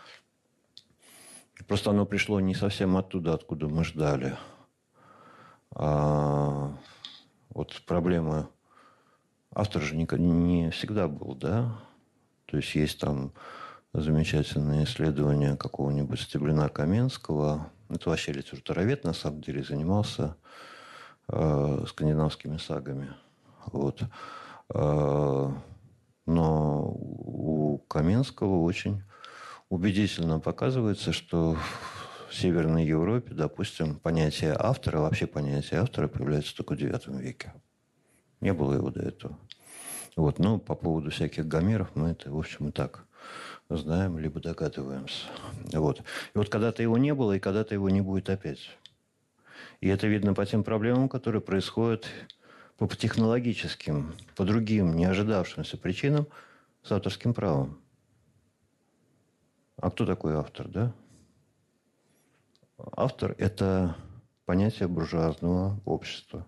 просто оно пришло не совсем оттуда, откуда мы ждали. А вот проблема автор же не, не всегда был, да? То есть есть там замечательные исследования какого-нибудь Стеблина Каменского. Это вообще литературовед, на самом деле, занимался э, скандинавскими сагами. Вот. Э, но у Каменского очень убедительно показывается, что в Северной Европе, допустим, понятие автора, вообще понятие автора появляется только в девятом веке. Не было его до этого. Вот. Но по поводу всяких Гомеров мы это, в общем, и так знаем, либо догадываемся. Вот. И вот когда-то его не было, и когда-то его не будет опять. И это видно по тем проблемам, которые происходят по технологическим, по другим неожидавшимся причинам с авторским правом. А кто такой автор, да? Автор – это понятие буржуазного общества.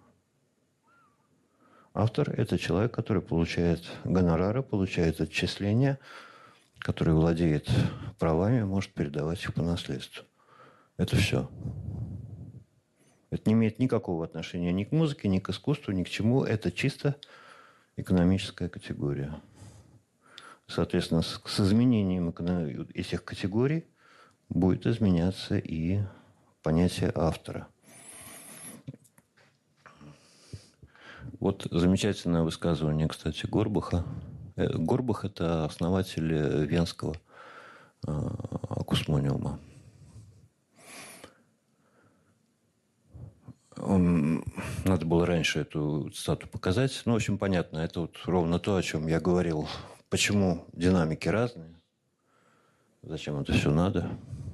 Автор – это человек, который получает гонорары, получает отчисления, который владеет правами, может передавать их по наследству. Это все. Это не имеет никакого отношения ни к музыке, ни к искусству, ни к чему. Это чисто экономическая категория. Соответственно, с, с изменением этих категорий будет изменяться и понятие автора. Вот замечательное высказывание, кстати, Горбаха. Горбах – это основатель венского акусмониума. Надо было раньше эту цитату показать. Ну, в общем, понятно. Это вот ровно то, о чем я говорил. Почему динамики разные? Зачем это все надо?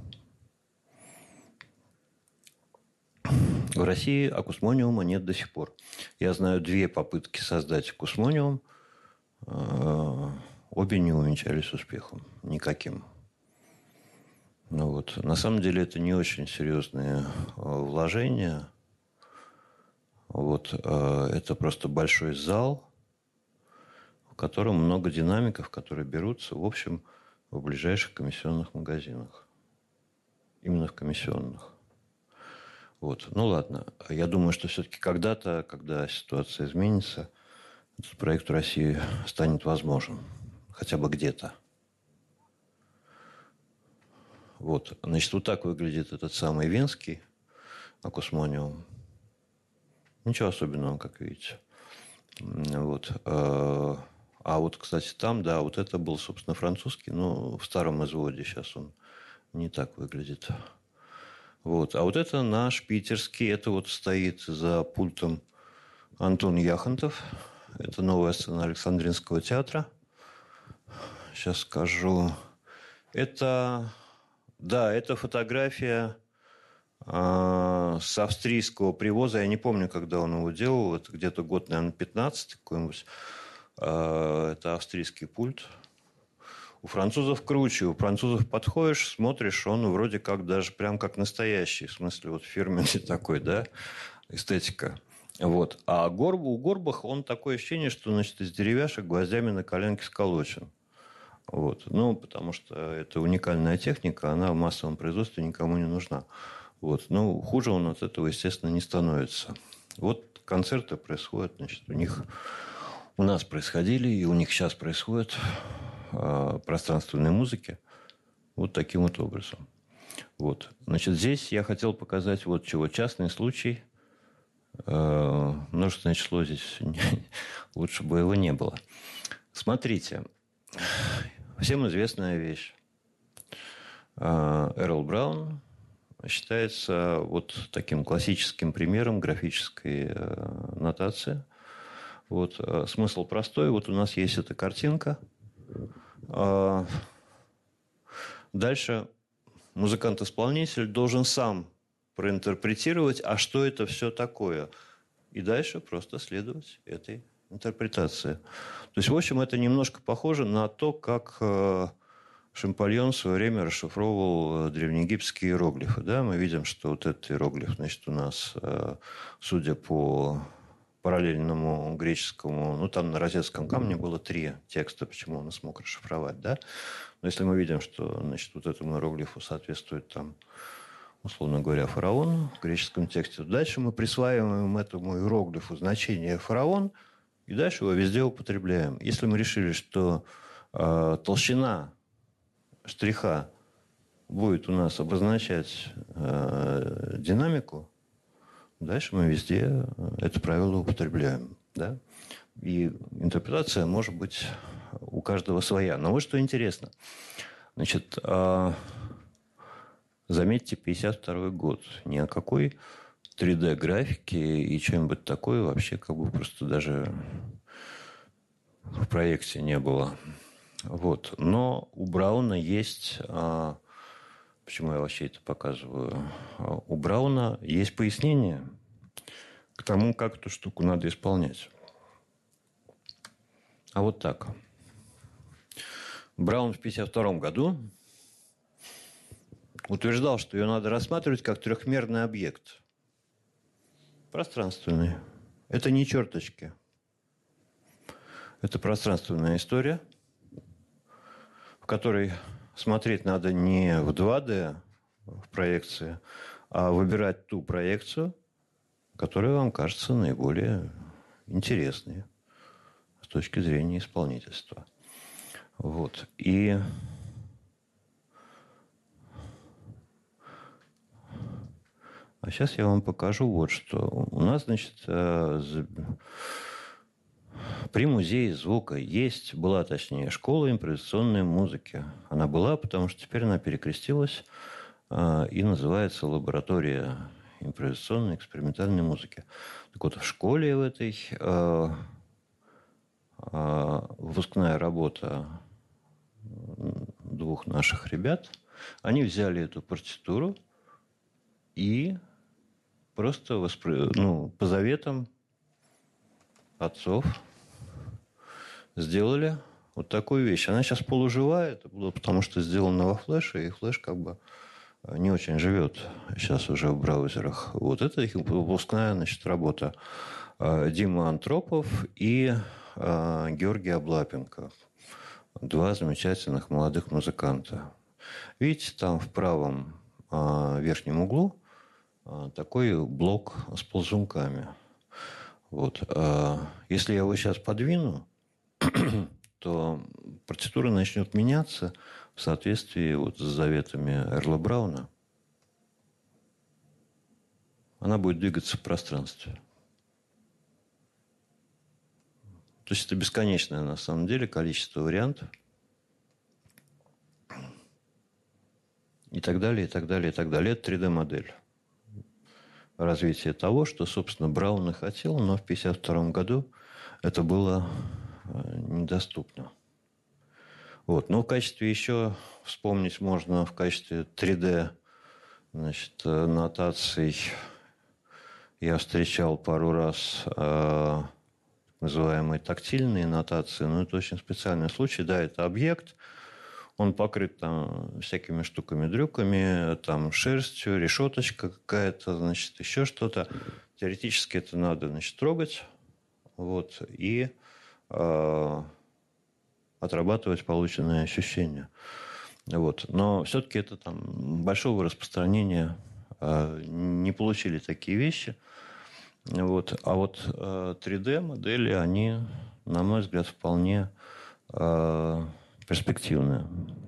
В России акусмониума нет до сих пор. Я знаю две попытки создать акусмониум. Обе не увенчались успехом. Никаким. Ну, вот. На самом деле это не очень серьезные вложения. Вот. Это просто большой зал, в котором много динамиков, которые берутся, в общем, в ближайших комиссионных магазинах. Именно в комиссионных. Вот. Ну, ладно. Я думаю, что все-таки когда-то, когда ситуация изменится, этот проект в России станет возможен. Хотя бы где-то. Вот. Значит, вот так выглядит этот самый венский акусмониум. Ничего особенного, как видите. Вот. А вот, кстати, там, да, вот это был, собственно, французский, но в старом изводе сейчас он не так выглядит. Вот. А вот это наш питерский, это вот стоит за пультом Антон Яхонтов. Это новая сцена Александринского театра. Сейчас скажу. Это, да, это фотография э, с австрийского привоза. Я не помню, когда он его делал. Это где-то год, наверное, пятнадцатый какой-нибудь. Э, это австрийский пульт. У французов круче. У французов подходишь, смотришь, он вроде как даже прям как настоящий. В смысле, вот фирменный такой, да, эстетика. Вот. А горб, у Горбаха он такое ощущение, что, значит, из деревяшек гвоздями на коленке сколочен. Вот. Ну, потому что это уникальная техника, она в массовом производстве никому не нужна. Вот. Ну, хуже он от этого, естественно, не становится. Вот концерты происходят, значит, у них, у нас происходили, и у них сейчас происходят э, пространственные музыки вот таким вот образом. Вот. Значит, здесь я хотел показать вот чего. Частный случай. Э, множественное число здесь лучше бы его не было. Смотрите. Всем известная вещь. Э, Эрл Браун считается вот таким классическим примером графической э, нотации. Вот, э, смысл простой. Вот у нас есть эта картинка. Э, дальше музыкант-исполнитель должен сам проинтерпретировать, а что это все такое. И дальше просто следовать этой интерпретации. То есть, в общем, это немножко похоже на то, как... Э, Шампольон в свое время расшифровывал древнеегипетские иероглифы. Да? Мы видим, что вот этот иероглиф, значит, у нас, судя по параллельному греческому, ну, там на розетском камне было три текста, почему он смог расшифровать. Да? Но если мы видим, что, значит, вот этому иероглифу соответствует, там, условно говоря, фараон в греческом тексте, то дальше мы присваиваем этому иероглифу значение фараон, и дальше его везде употребляем. Если мы решили, что э, толщина штриха будет у нас обозначать э, динамику, дальше мы везде это правило употребляем. Да? И интерпретация может быть у каждого своя. Но вот что интересно. Значит, э, заметьте, пятьдесят второй год. Ни о какой три дэ-графике и чем-нибудь такое вообще как бы просто даже в проекте не было. Вот. Но у Брауна есть... А, почему я вообще это показываю? У Брауна есть пояснение к тому, как эту штуку надо исполнять. А вот так. Браун в пятьдесят втором году утверждал, что ее надо рассматривать как трехмерный объект. Пространственный. Это не черточки. Это пространственная история, в которой смотреть надо не в два дэ в проекции, а выбирать ту проекцию, которая вам кажется наиболее интересной с точки зрения исполнительства. Вот. И а сейчас я вам покажу вот что. У нас, значит, при Музее звука есть, была, точнее, школа импровизационной музыки. Она была, потому что теперь она перекрестилась э, и называется лаборатория импровизационной экспериментальной музыки. Так вот, в школе в этой э, э, выпускная работа двух наших ребят. Они взяли эту партитуру и просто воспро... ну, по заветам отцов сделали вот такую вещь. Она сейчас полуживая, это было потому, что сделано во флеше, и флеш как бы не очень живет сейчас уже в браузерах. Вот это их выпускная, значит, работа. Дима Антропов и Георгий Облапенко. Два замечательных молодых музыканта. Видите, там в правом верхнем углу такой блок с ползунками. Вот. Если я его сейчас подвину, то партитура начнет меняться в соответствии вот с заветами Эрла Брауна. Она будет двигаться в пространстве. То есть это бесконечное на самом деле количество вариантов. И так далее, и так далее, и так далее. Это три дэ-модель. Развитие того, что, собственно, Браун и хотел, но в пятьдесят втором году это было недоступно. Вот. Но в качестве еще вспомнить можно в качестве три дэ, значит, нотаций я встречал пару раз э, называемые тактильные нотации, но это очень специальный случай. Да, это объект, Он покрыт там всякими штуками-дрюками, там шерстью, решеточка какая-то, значит, еще что-то. Теоретически это надо, значит, трогать, вот, и э, отрабатывать полученные ощущения. Вот. Но все-таки это там большого распространения э, не получили такие вещи. Вот. А вот э, три дэ-модели, они, на мой взгляд, вполне э, перспективные.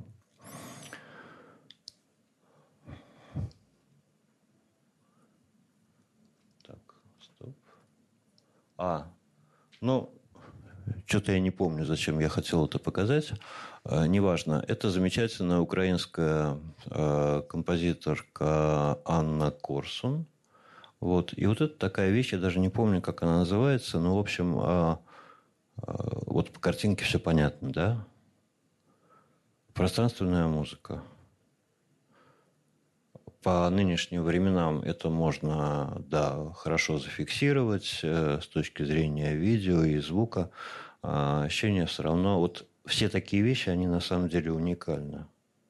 Так, стоп. А, ну, что-то я не помню, зачем я хотел это показать. Э, неважно. Это замечательная украинская э, композиторка Анна Корсун. Вот. И вот это такая вещь, я даже не помню, как она называется, но, в общем, э, э, вот по картинке все понятно, да? Пространственная музыка. По нынешним временам это можно, да, хорошо зафиксировать э, с точки зрения видео и звука. А ощущение все равно... Вот все такие вещи, они на самом деле уникальны.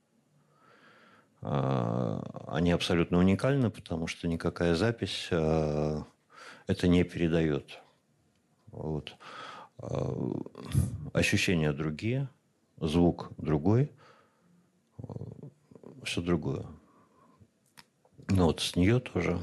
А, они абсолютно уникальны, потому что никакая запись а, это не передает. Вот. А, ощущения другие, звук другой, все другое. Ну вот с нее тоже.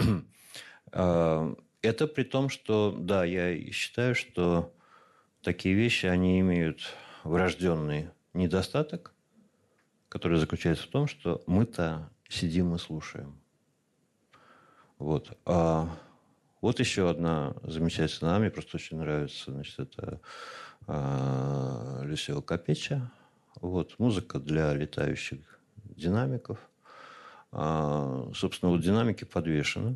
Это при том, что, да, я считаю, что такие вещи, они имеют врожденный недостаток, который заключается в том, что мы-то сидим и слушаем. Вот. А вот еще одна замечательная, мне просто очень нравится, значит, это а, Люсио Капеча. Вот. Музыка для летающих динамиков. А, собственно, вот динамики подвешены.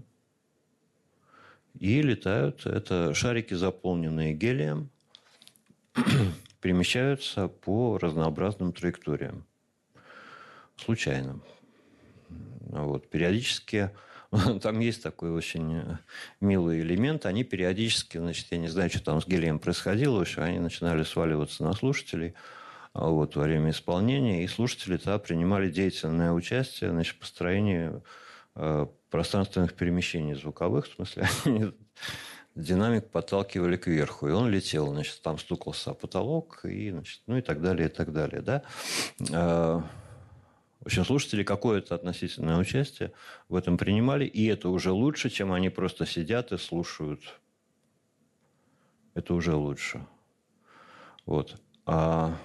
И летают. Это шарики, заполненные гелием, перемещаются по разнообразным траекториям. Случайно. Вот. Периодически... Там есть такой очень милый элемент. Они периодически, значит, я не знаю, что там с гелием происходило, в общем, они начинали сваливаться на слушателей вот, во время исполнения. И слушатели-то принимали деятельное участие, значит, в построении э, пространственных перемещений звуковых. В смысле, они динамик подталкивали кверху, и он летел, значит, там стукался о потолок, и, значит, ну и так далее, и так далее, да. В общем, слушатели какое-то относительное участие в этом принимали, и это уже лучше, чем они просто сидят и слушают. Это уже лучше. Вот. А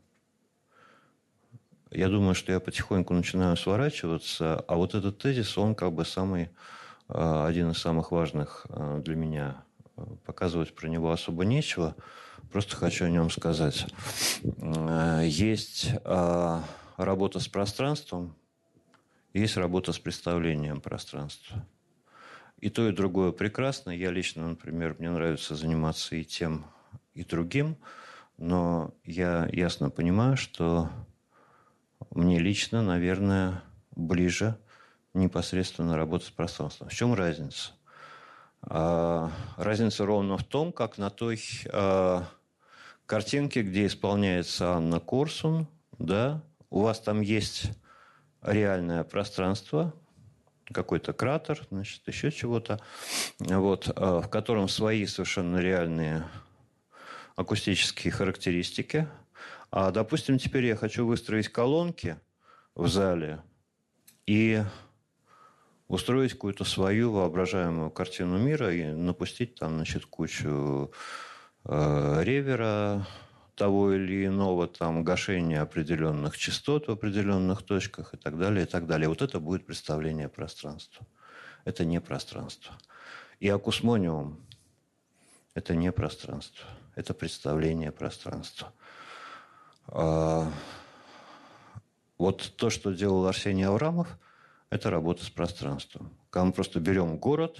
я думаю, что я потихоньку начинаю сворачиваться, а вот этот тезис, он как бы самый, один из самых важных для меня. Показывать про него особо нечего, просто хочу о нем сказать. Есть работа с пространством, есть работа с представлением пространства. И то, и другое прекрасно. Я лично, например, мне нравится заниматься и тем, и другим, но я ясно понимаю, что мне лично, наверное, ближе непосредственно работа с пространством. В чем разница? А, разница ровно в том, как на той а, картинке, где исполняется Анна Корсун, да, у вас там есть реальное пространство, какой-то кратер, значит, еще чего-то, вот, в котором свои совершенно реальные акустические характеристики. А, допустим, теперь я хочу выстроить колонки в зале и устроить какую-то свою воображаемую картину мира и напустить там, значит, кучу э, ревера, того или иного там гашения определенных частот в определенных точках и так далее, и так далее. Вот это будет представление пространства. Это не пространство. И акусмониум – это не пространство. Это представление пространства. А вот то, что делал Арсений Аврамов, это работа с пространством. Когда мы просто берем город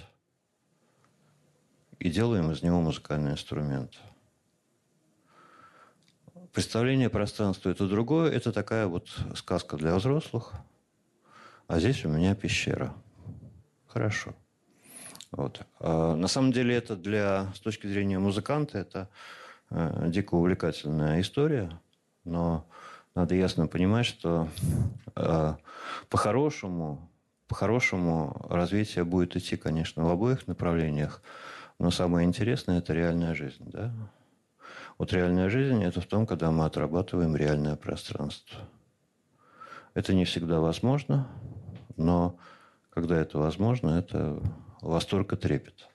и делаем из него музыкальный инструмент. Представление пространства – это другое. Это такая вот сказка для взрослых. А здесь у меня пещера. Хорошо. Вот. А на самом деле это для, с точки зрения музыканта, это э, дико увлекательная история. Но надо ясно понимать, что э, по-хорошему, по-хорошему развитие будет идти, конечно, в обоих направлениях, но самое интересное – это реальная жизнь. Да? Вот реальная жизнь – это в том, когда мы отрабатываем реальное пространство. Это не всегда возможно, но когда это возможно, это восторг и трепет.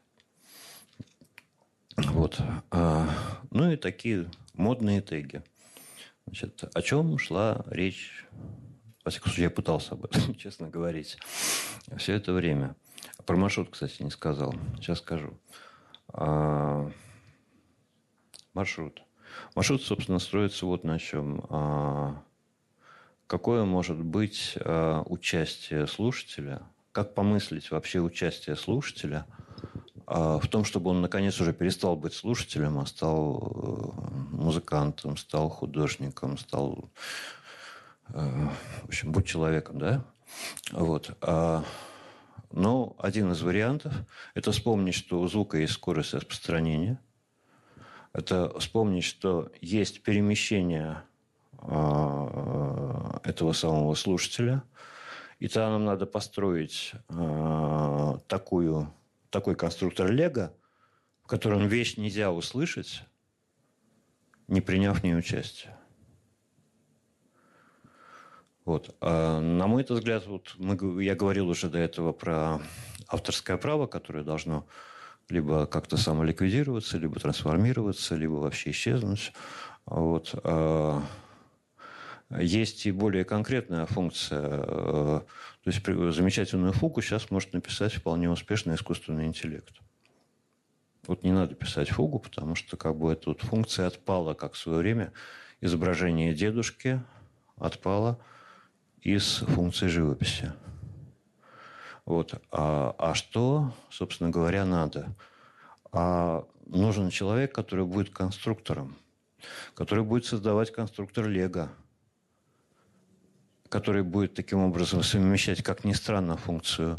Вот. Ну и такие модные теги. Значит, о чем шла речь? Во всяком случае, я пытался об этом, честно говорить, все это время. Про маршрут, кстати, не сказал. Сейчас скажу. А, маршрут. Маршрут, собственно, строится вот на чем. А, какое может быть а, участие слушателя? Как помыслить вообще участие слушателя а, в том, чтобы он, наконец, уже перестал быть слушателем, а стал музыкантом, стал художником, стал... В общем, будь человеком, да? Вот. Но один из вариантов – это вспомнить, что у звука есть скорость распространения. Это вспомнить, что есть перемещение этого самого слушателя. И тогда нам надо построить такую, такой конструктор Лего, в котором вещь нельзя услышать, не приняв в ней участие. Вот. А на мой взгляд, вот мы, я говорил уже до этого про авторское право, которое должно либо как-то самоликвидироваться, либо трансформироваться, либо вообще исчезнуть. Вот. А есть и более конкретная функция. То есть замечательную фугу сейчас может написать вполне успешный искусственный интеллект. Вот не надо писать фугу, потому что как бы эта вот функция отпала, как в свое время изображение дедушки отпало из функции живописи. Вот. А, а что, собственно говоря, надо? А нужен человек, который будет конструктором, который будет создавать конструктор Лего, который будет таким образом совмещать, как ни странно, функцию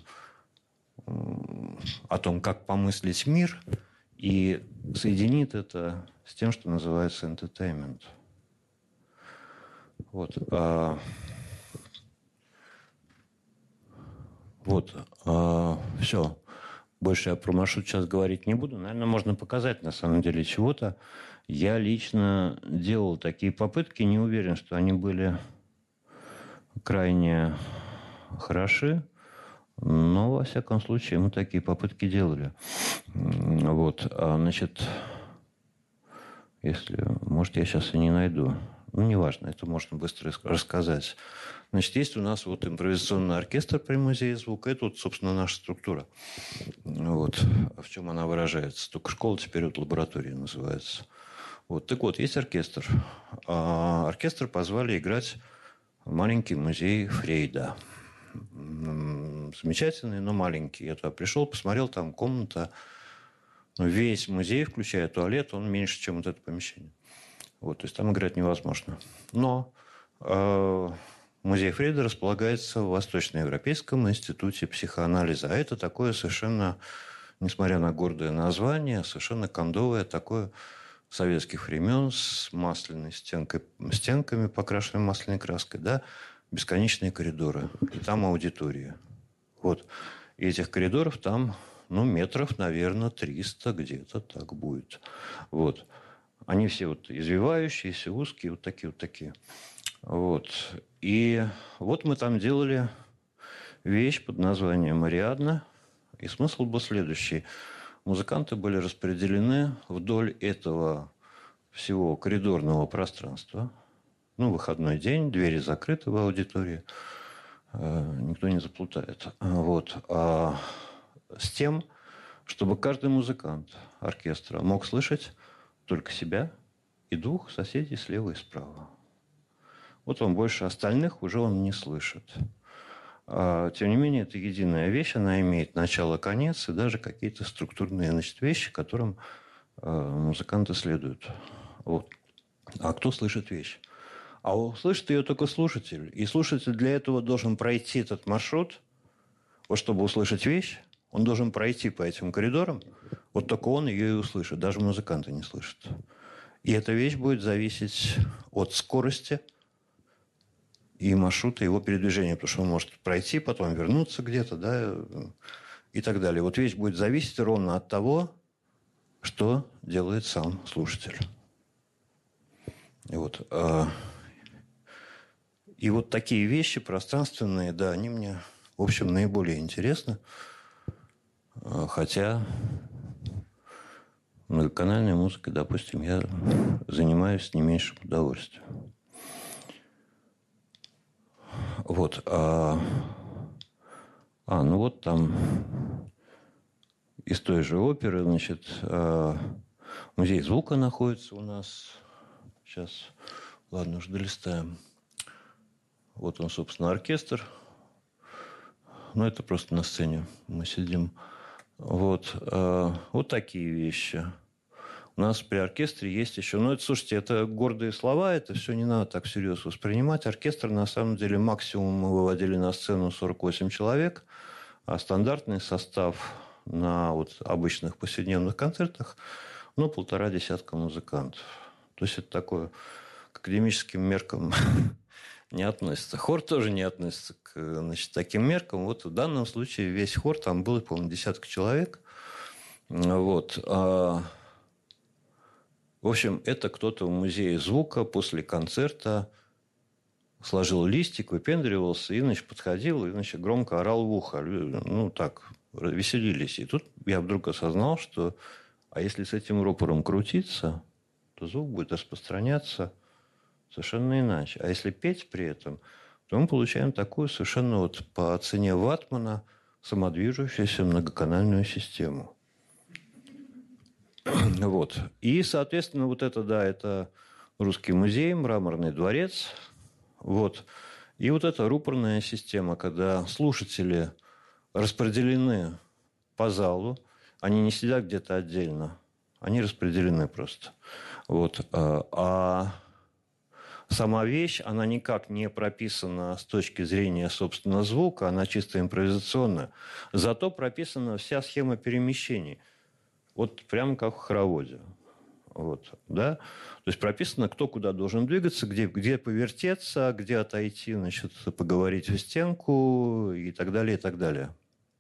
о том, как помыслить мир, и соединит это с тем, что называется entertainment. Вот. А... Вот, э, все. Больше я про маршрут сейчас говорить не буду. Наверное, можно показать, на самом деле, чего-то. Я лично делал такие попытки. Не уверен, что они были крайне хороши. Но, во всяком случае, мы такие попытки делали. Вот, а, значит, если... Может, я сейчас и не найду. Ну, неважно, это можно быстро рассказать. Значит, есть у нас вот импровизационный оркестр при Музее звука. Это вот, собственно, наша структура. Вот. В чем она выражается. Только школа теперь вот лаборатория называется. Вот. Так вот, есть оркестр. А оркестр позвали играть в маленький музей Фрейда. Замечательный, но маленький. Я туда пришел, посмотрел, там комната. Весь музей, включая туалет, он меньше, чем вот это помещение. Вот, то есть там играть невозможно. Но э, музей Фрейда располагается в Восточноевропейском институте психоанализа. А это такое совершенно, несмотря на гордое название, совершенно кондовое, такое советских времен с масляной стенкой, стенками, покрашенными масляной краской, да, бесконечные коридоры. И там аудитория. Вот. И этих коридоров там, ну, метров, наверное, триста где-то так будет. Вот. Они все вот извивающиеся, узкие, вот такие, вот такие. Вот. И вот мы там делали вещь под названием «Ариадна». И смысл был следующий. Музыканты были распределены вдоль этого всего коридорного пространства. Ну, выходной день, двери закрыты в аудитории. Никто не заплутает. Вот. А с тем, чтобы каждый музыкант оркестра мог слышать только себя и двух соседей слева и справа. Вот он больше остальных уже он не слышит. А, тем не менее, это единая вещь, она имеет начало, конец и даже какие-то структурные, значит, вещи, которым а, музыканты следуют. Вот. А кто слышит вещь? А услышит ее только слушатель. И слушатель для этого должен пройти этот маршрут. Вот чтобы услышать вещь, он должен пройти по этим коридорам. Вот только он ее и услышит. Даже музыканты не слышат. И эта вещь будет зависеть от скорости и маршрута его передвижения, потому что он может пройти, потом вернуться где-то, да, и так далее. Вот вещь будет зависеть ровно от того, что делает сам слушатель. И вот, и вот такие вещи пространственные, да, они мне, в общем, наиболее интересны. Хотя многоканальной музыкой, допустим, я занимаюсь с не меньшим удовольствием. Вот. А, а ну вот там из той же оперы, значит, музей звука находится у нас. Сейчас, ладно, уже долистаем. Вот он, собственно, оркестр. Ну, это просто на сцене мы сидим. Вот, вот такие вещи. У нас при оркестре есть еще... Ну, это, слушайте, это гордые слова, это все не надо так всерьез воспринимать. Оркестр, на самом деле, максимум мы выводили на сцену сорок восемь человек, а стандартный состав на вот обычных повседневных концертах, ну, полтора десятка музыкантов. То есть это такое к академическим меркам не относится. Хор тоже не относится к, значит, таким меркам. Вот в данном случае весь хор, там было, по-моему, десятка человек. Вот. В общем, это кто-то в музее звука после концерта сложил листик, выпендривался и, значит, подходил и, значит, громко орал в ухо. Ну, так, веселились. И тут я вдруг осознал, что а если с этим рупором крутиться, то звук будет распространяться совершенно иначе. А если петь при этом, то мы получаем такую совершенно вот по цене ватмана самодвижущуюся многоканальную систему. Вот. И, соответственно, вот это, да, это Русский музей, Мраморный дворец. Вот. И вот эта рупорная система, когда слушатели распределены по залу, они не сидят где-то отдельно, они распределены просто. Вот. А сама вещь, она никак не прописана с точки зрения, собственно, звука, она чисто импровизационная. Зато прописана вся схема перемещений. Вот прямо как в хороводе. Вот, да? То есть прописано, кто куда должен двигаться, где, где повертеться, где отойти, значит, поговорить в стенку и так далее, и так далее.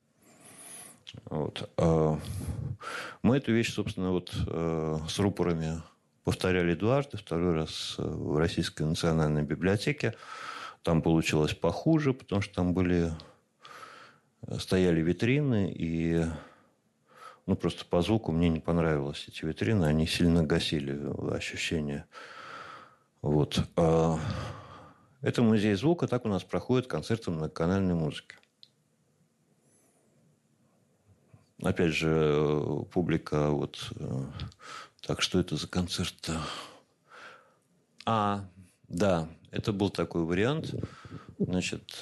Вот. Мы эту вещь, собственно, вот с рупорами повторяли дважды. Второй раз в Российской национальной библиотеке. Там получилось похуже, потому что там были... стояли витрины, и... Ну, просто по звуку мне не понравилось эти витрины. Они сильно гасили ощущения. Вот. Это музей звука. Так у нас проходят концерты многоканальной музыки. Опять же, публика... Вот, так, что это за концерт-то? А, да, это был такой вариант. Значит...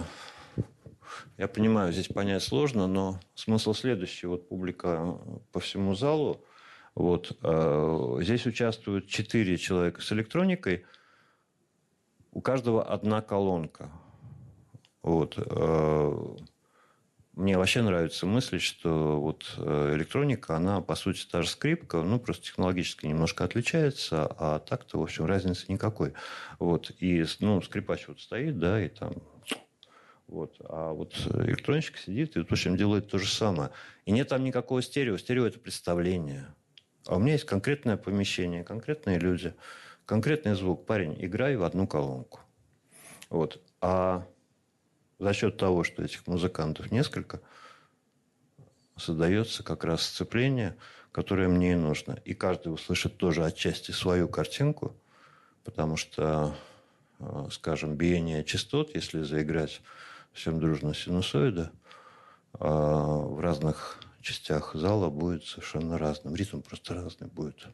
Я понимаю, здесь понять сложно, но смысл следующий. Вот публика по всему залу. Вот, э, здесь участвуют четыре человека с электроникой. У каждого одна колонка. Вот, э, мне вообще нравится мысль, что вот электроника, она, по сути, та же скрипка, ну, просто технологически немножко отличается, а так-то, в общем, разницы никакой. Вот, и, ну, скрипач вот стоит, да, и там... Вот. А вот электронщик сидит и, в общем, делает то же самое. И нет там никакого стерео. Стерео – это представление. А у меня есть конкретное помещение, конкретные люди, конкретный звук. Парень, играй в одну колонку. Вот. А за счет того, что этих музыкантов несколько, создается как раз сцепление, которое мне и нужно. И каждый услышит тоже отчасти свою картинку, потому что, скажем, биение частот, если заиграть всем дружно синусоида, в разных частях зала будет совершенно разным. Ритм просто разный будет.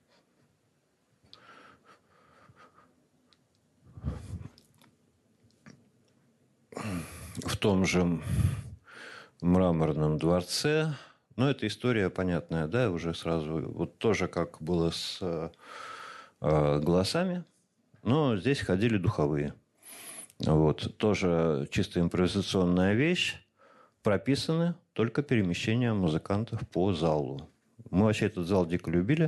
В том же Мраморном дворце, ну, это история понятная, да, уже сразу, вот тоже как было с э, голосами, но здесь ходили духовые. Вот. Тоже чисто импровизационная вещь. Прописаны только перемещения музыкантов по залу. Мы вообще этот зал дико любили,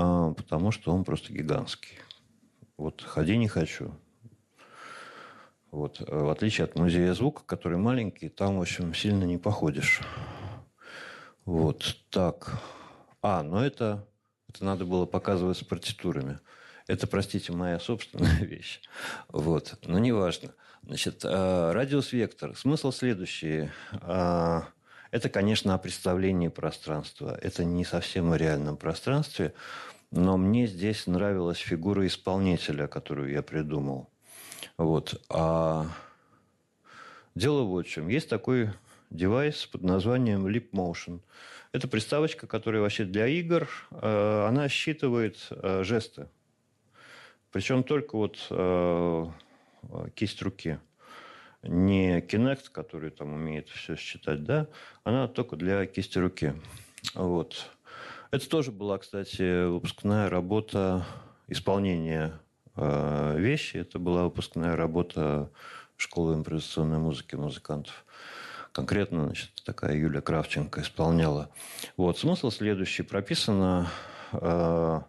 потому что он просто гигантский. Вот ходи не хочу. Вот. В отличие от музея звука, который маленький, там, в общем, сильно не походишь. Вот. Так. А, ну это, это надо было показывать с партитурами. Это, простите, моя собственная вещь. Вот. Но неважно. Значит, радиус вектор. Смысл следующий. Это, конечно, о представлении пространства. Это не совсем о реальном пространстве. Но мне здесь нравилась фигура исполнителя, которую я придумал. Вот. А дело вот в чем. Есть такой девайс под названием Leap Motion. Это приставочка, которая вообще для игр, она считывает жесты. Причем только вот кисть руки. Не Kinect, который там умеет все считать, да, она только для кисти руки. Вот. Это тоже была, кстати, выпускная работа исполнения э, вещи. Это была выпускная работа школы импровизационной музыки музыкантов. Конкретно, значит, такая Юлия Кравченко исполняла. Вот. Смысл следующий. Прописано э,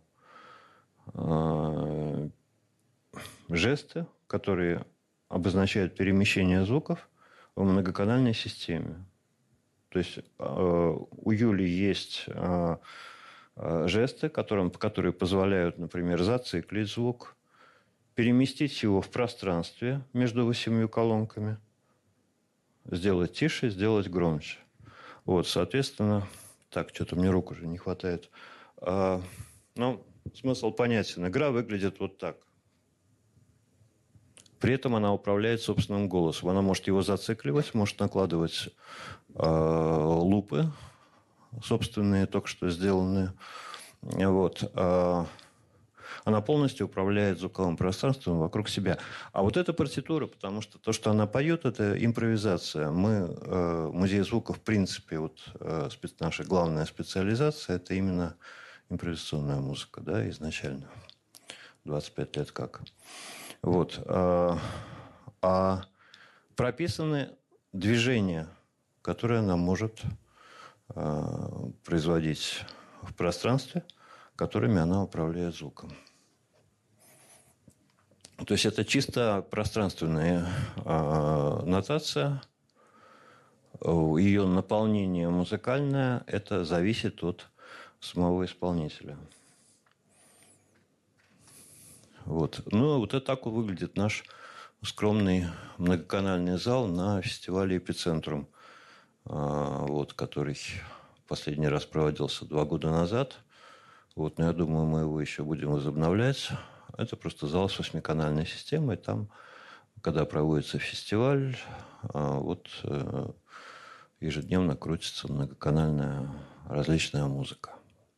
э, жесты, которые обозначают перемещение звуков в многоканальной системе. То есть э, у Юли есть э, жесты, которым, которые позволяют, например, зациклить звук, переместить его в пространстве между восемью колонками, сделать тише, сделать громче. Вот, соответственно, так, что-то мне рук уже не хватает. А, ну, смысл понятен. Игра выглядит вот так. При этом она управляет собственным голосом. Она может его зацикливать, может накладывать э, лупы, собственные, только что сделанные. Вот. А она полностью управляет звуковым пространством вокруг себя. А вот эта партитура, потому что то, что она поет, это импровизация. Мы, э, музей звука, в принципе, вот э, наша главная специализация, это именно импровизационная музыка, да, изначально. двадцать пять лет как. Вот. А, а прописаны движения, которые она может а, производить в пространстве, которыми она управляет звуком. То есть это чисто пространственная а, нотация. Ее наполнение музыкальное, это зависит от самого исполнителя. Вот. Ну, вот это так выглядит наш скромный многоканальный зал на фестивале «Эпицентрум», вот, который последний раз проводился два года назад. Вот, но я думаю, мы его еще будем возобновлять. Это просто зал с восьмиканальной системой. Там, когда проводится фестиваль, вот, ежедневно крутится многоканальная различная музыка.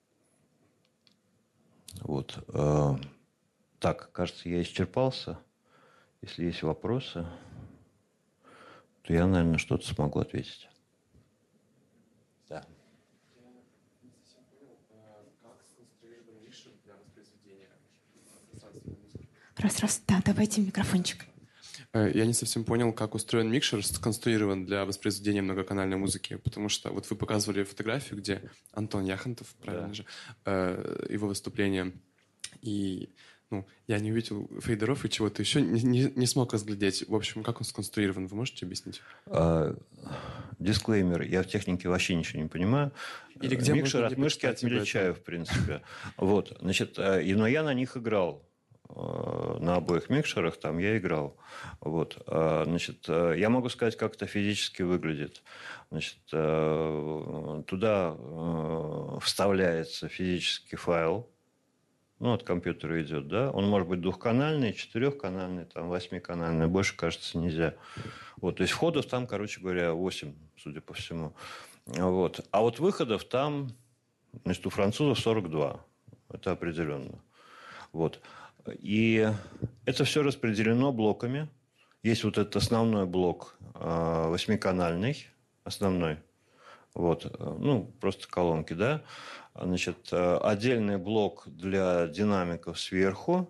Вот. Так, кажется, я исчерпался. Если есть вопросы, то я, наверное, что-то смогу ответить. Да. Я не совсем понял, как сконструирован микшер для воспроизведения пространственной музыки. Раз, раз, да, давайте микрофончик. Я не совсем понял, как устроен микшер, сконструирован для воспроизведения многоканальной музыки, потому что вот вы показывали фотографию, где Антон Яхонтов, правильно да. же, его выступление, и ну, я не увидел фейдеров и чего-то еще, не, не, не смог разглядеть. В общем, как он сконструирован, вы можете объяснить? А, дисклеймер, я в технике вообще ничего не понимаю. Или где микшер от мышки отмельчаю, в принципе. Вот, значит, но я на них играл. На обоих микшерах там я играл. Вот. Значит, я могу сказать, как это физически выглядит. Значит, туда вставляется физический файл. Ну, от компьютера идет, да. Он может быть двухканальный, четырехканальный, там, восьмиканальный. Больше, кажется, нельзя. Вот, то есть входов там, короче говоря, восемь, судя по всему. Вот. А вот выходов там, значит, у французов сорок два. Это определенно. Вот. И это все распределено блоками. Есть вот этот основной блок восьмиканальный, основной. Вот. Ну, просто колонки, да. Значит, отдельный блок для динамиков сверху,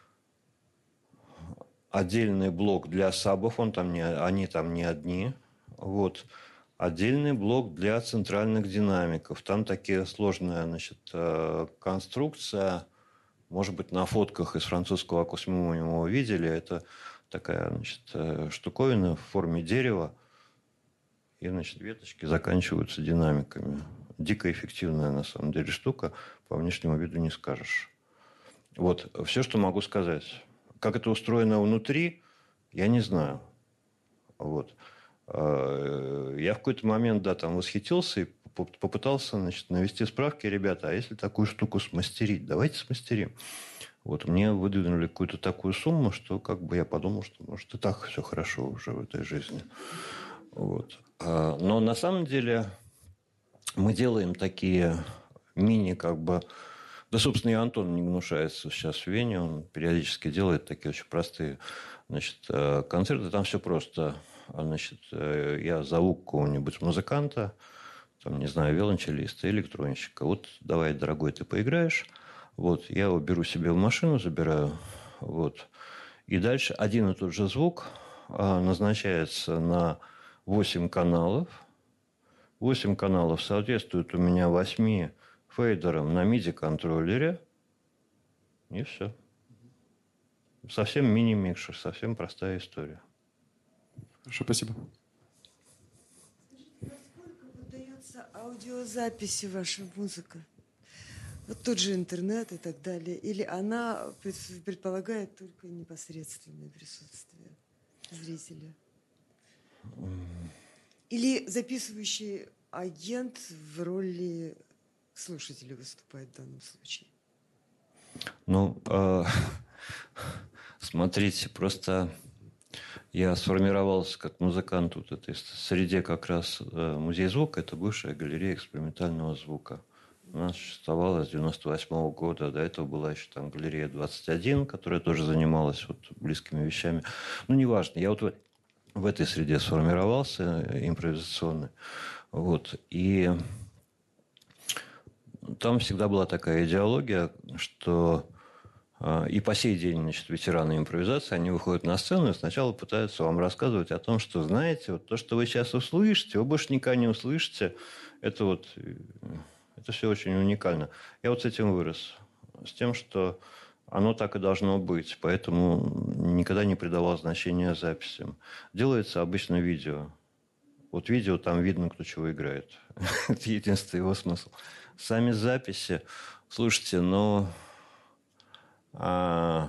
отдельный блок для сабов, он там не, они там не одни. Вот. Отдельный блок для центральных динамиков. Там такие сложная, значит, конструкция. Может быть, на фотках из французского акусмиума видели. Это такая, значит, штуковина в форме дерева. И, значит, веточки заканчиваются динамиками. Дико эффективная, на самом деле, штука. По внешнему виду не скажешь. Вот. Все, что могу сказать. Как это устроено внутри, я не знаю. Вот. Я в какой-то момент, да, там восхитился и попытался, значит, навести справки. Ребята, а если такую штуку смастерить? Давайте смастерим. Вот. Мне выдвинули какую-то такую сумму, что как бы я подумал, что может и так все хорошо уже в этой жизни. Вот. Но на самом деле мы делаем такие мини, как бы... Да, собственно, и Антон не гнушается сейчас в Вене. Он периодически делает такие очень простые, значит, концерты. Там все просто. Значит, я зову какого-нибудь музыканта, там, не знаю, виолончелиста, электронщика. Вот, давай, дорогой, ты поиграешь. Вот, я его беру себе в машину, забираю. Вот. И дальше один и тот же звук назначается на восемь каналов. восемь каналов соответствуют у меня восьми фейдерам на миди-контроллере. И все. Совсем мини-микшер, совсем простая история. Хорошо, спасибо. Насколько выдается аудиозаписи ваша музыка? Вот тот же интернет и так далее. Или она предполагает только непосредственное присутствие зрителя? Или записывающий агент в роли слушателя выступает в данном случае? Ну, э, смотрите, просто я сформировался как музыкант вот этой среде как раз музей звука. Это бывшая галерея экспериментального звука. У нас существовала с девяносто восьмого года. До этого была еще там галерея двадцать один, которая тоже занималась вот близкими вещами. Ну, неважно. Я вот в, в этой среде сформировался, импровизационной. Вот. И там всегда была такая идеология, что и по сей день, значит, ветераны импровизации, они выходят на сцену и сначала пытаются вам рассказывать о том, что, знаете, вот то, что вы сейчас услышите, вы больше никогда не услышите. Это вот, это все очень уникально. Я вот с этим вырос. С тем, что оно так и должно быть. Поэтому никогда не придавал значения записям. Делается обычно видео. Вот видео, там видно, кто чего играет. Это единственный его смысл. Сами записи, слушайте, ну... А...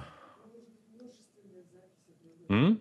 М?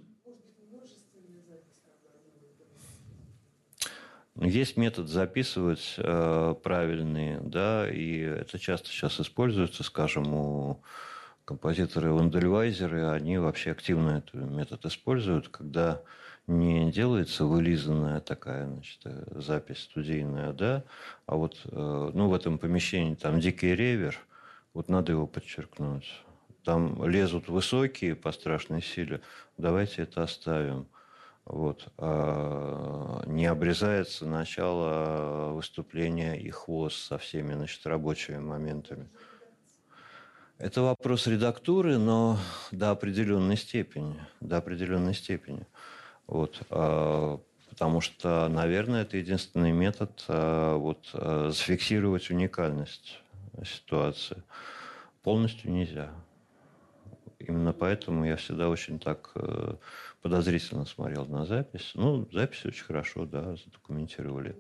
Есть метод записывать э, правильный, да, и это часто сейчас используется, скажем, у композиторы Вандельвайзеры, они вообще активно этот метод используют, когда не делается вылизанная такая, значит, запись студийная, да, а вот, э, ну, в этом помещении там дикий ревер, вот надо его подчеркнуть. Там лезут высокие по страшной силе, давайте это оставим. Вот. А не обрезается начало выступления и хвост со всеми, значит, рабочими моментами. Это вопрос редактуры, но до определенной степени. До определенной степени. Вот. А, потому что, наверное, это единственный метод а, вот, а, зафиксировать уникальность ситуации. Полностью нельзя. Именно поэтому я всегда очень так э, подозрительно смотрел на запись. Ну, запись очень хорошо, да, задокументировали.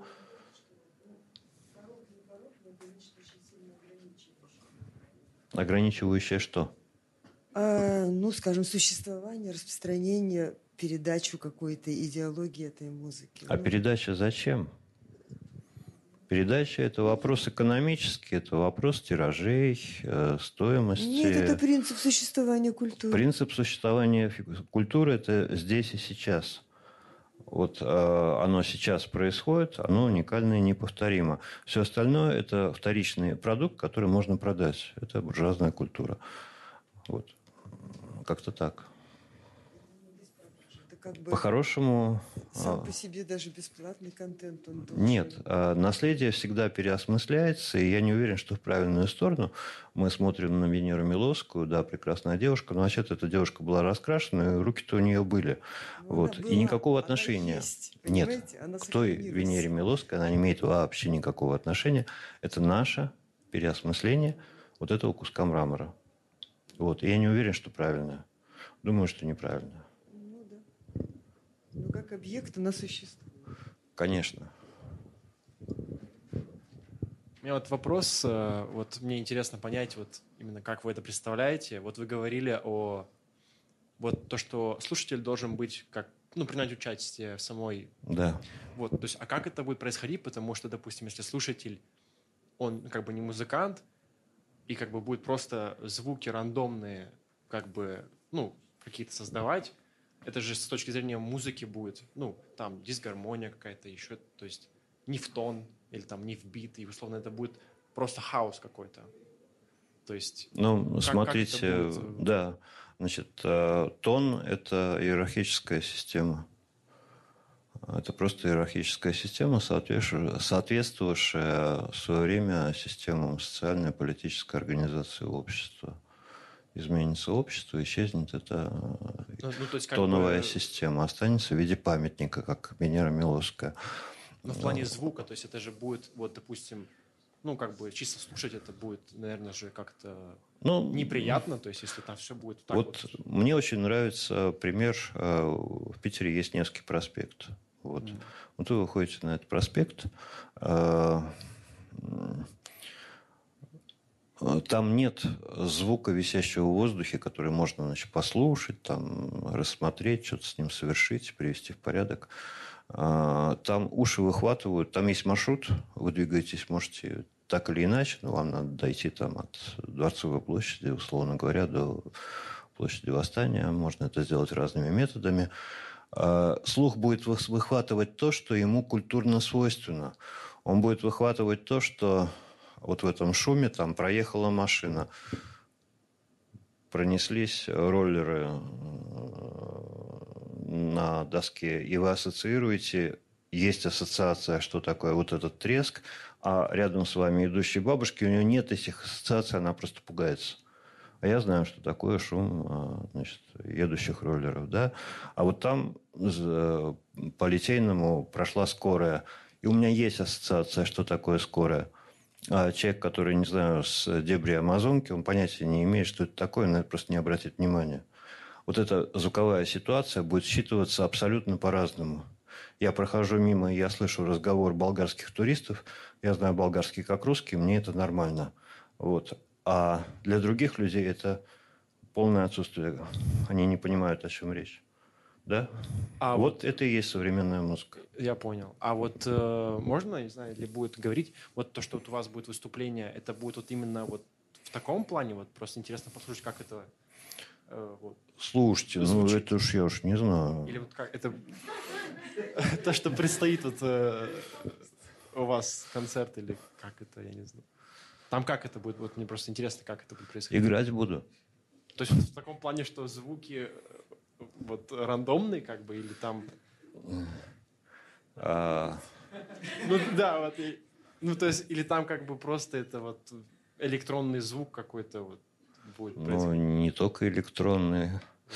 Ограничивающее что? А, ну, скажем, существование, распространение, передачу какой-то идеологии этой музыки. А ну, передача зачем? Передача – это вопрос экономический, это вопрос тиражей, э, стоимости. Нет, это принцип существования культуры. Принцип существования культуры – это здесь и сейчас. Вот э, оно сейчас происходит, оно уникально и неповторимо. Все остальное – это вторичный продукт, который можно продать. Это буржуазная культура. Вот. Как-то так. Как бы по-хорошему... Сам по себе даже бесплатный контент. Он Нет, наследие всегда переосмысляется, и я не уверен, что в правильную сторону. Мы смотрим на Венеру Милосскую, да, прекрасная девушка, но вообще-то эта девушка была раскрашена, и руки-то у нее были. Но вот. была, И никакого она отношения. есть, Нет, она к той Венере Милосской она не имеет вообще никакого отношения. Это наше переосмысление вот этого куска мрамора. Вот. И я не уверен, что правильное. Думаю, что неправильное. но как объект она существует. Конечно. У меня вот вопрос, вот мне интересно понять, вот именно как вы это представляете. Вот вы говорили о вот то, что слушатель должен быть как, ну, принять участие в самой... Да. Вот, то есть, а как это будет происходить? Потому что, допустим, если слушатель, он как бы не музыкант, и как бы будет просто звуки рандомные, как бы, ну, какие-то создавать, это же с точки зрения музыки будет, ну, там, дисгармония какая-то еще, то есть не в тон, или там не в бит, и, условно, это будет просто хаос какой-то. То есть... Ну, как, смотрите, как это будет? Да, значит, тон – это иерархическая система. Это просто иерархическая система, соответствующая в свое время системам социальной и политической организации общества. Изменится общество, исчезнет эта ну, ну, то есть, тоновая бы... система, останется в виде памятника, как Венера Миловская. Но в плане звука, то есть это же будет, вот, допустим, ну, как бы чисто слушать это будет, наверное же, как-то ну, неприятно, то есть если там все будет так вот. Вот мне очень нравится пример, в Питере есть Невский проспект. Вот. Mm. вот вы выходите на этот проспект, там нет звука, висящего в воздухе, который можно, значит, послушать, там, рассмотреть, что-то с ним совершить, привести в порядок. Там уши выхватывают, там есть маршрут, вы двигаетесь, можете так или иначе, но вам надо дойти там от Дворцовой площади, условно говоря, до площади Восстания. Можно это сделать разными методами. Слух будет выхватывать то, что ему культурно свойственно. Он будет выхватывать то, что вот в этом шуме там проехала машина, пронеслись роллеры на доске, и вы ассоциируете, есть ассоциация, что такое вот этот треск, а рядом с вами идущей бабушки, у нее нет этих ассоциаций, она просто пугается. А я знаю, что такое шум, значит, едущих роллеров, да. А вот там по Литейному прошла скорая, и у меня есть ассоциация, что такое скорая. А человек, который, не знаю, с дебри Амазонки, он понятия не имеет, что это такое, но это просто не обратит внимания. Вот эта звуковая ситуация будет считываться абсолютно по-разному. Я прохожу мимо, и я слышу разговор болгарских туристов, я знаю болгарский как русский, мне это нормально. Вот. А для других людей это полное отсутствие. Они не понимают, о чем речь. Да? А вот, вот это и есть современная музыка. Я понял. А вот э, можно, не знаю, или будет говорить, вот то, что вот у вас будет выступление, это будет вот именно вот в таком плане, вот просто интересно послушать, как это э, вот, слушайте, звучит. Ну это уж я уж не знаю. Или вот как это то, что предстоит вот у вас концерт, или как это, я не знаю. Там как это будет? Вот мне просто интересно, как это будет происходить. Играть буду. То есть вот в таком плане, что звуки вот рандомные, как бы, или там... А... Ну да, вот. И... Ну то есть, или там как бы просто это вот электронный звук какой-то вот будет происходить. Ну, не только электронный.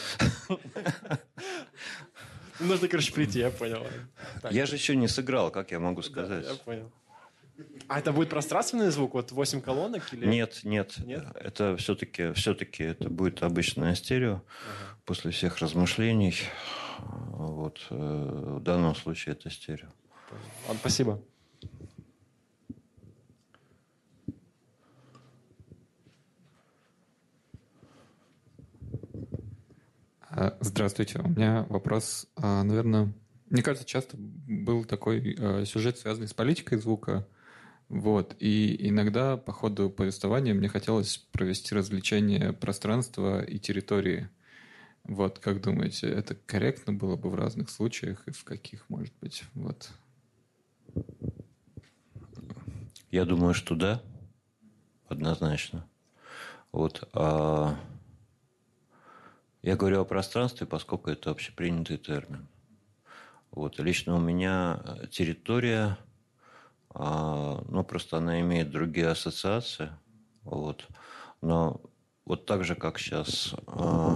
Нужно, короче, прийти, я понял. Так. Я же еще не сыграл, как я могу сказать. Да, я понял. А это будет пространственный звук, вот восемь колонок? Или... Нет, нет, нет. Это все-таки, все-таки это будет обычное стерео. Ага. После всех размышлений. Вот, в данном случае это стерео. Ладно, спасибо. Здравствуйте. У меня вопрос, наверное, мне кажется, часто был такой сюжет, связанный с политикой звука. Вот. И иногда по ходу повествования мне хотелось провести развлечение пространства и территории. Вот, как думаете, это корректно было бы в разных случаях и в каких, может быть? Вот. Я думаю, что да, однозначно. Вот. А... Я говорю о пространстве, поскольку это общепринятый термин. Вот. Лично у меня территория, а, ну, просто она имеет другие ассоциации. Вот. Но вот так же, как сейчас, а,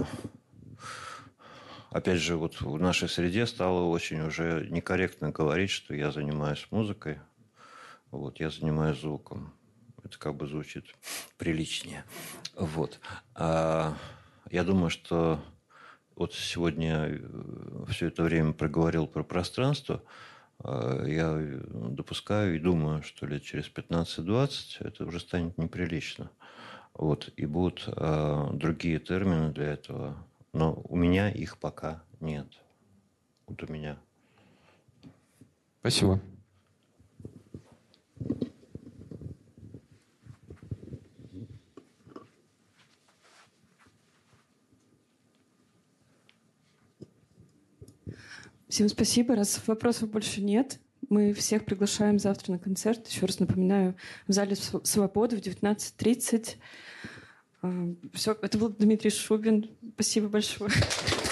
опять же, вот в нашей среде стало очень уже некорректно говорить, что я занимаюсь музыкой, вот, я занимаюсь звуком. Это как бы звучит приличнее. Вот. А, я думаю, что вот сегодня все это время проговорил про пространство, я допускаю и думаю, что лет через пятнадцать-двадцать это уже станет неприлично. Вот, и будут э, другие термины для этого, но у меня их пока нет. Вот у меня. Спасибо. Всем спасибо. Раз вопросов больше нет, мы всех приглашаем завтра на концерт. Еще раз напоминаю, в зале «Свобода» в девятнадцать тридцать. Все, это был Дмитрий Шубин. Спасибо большое.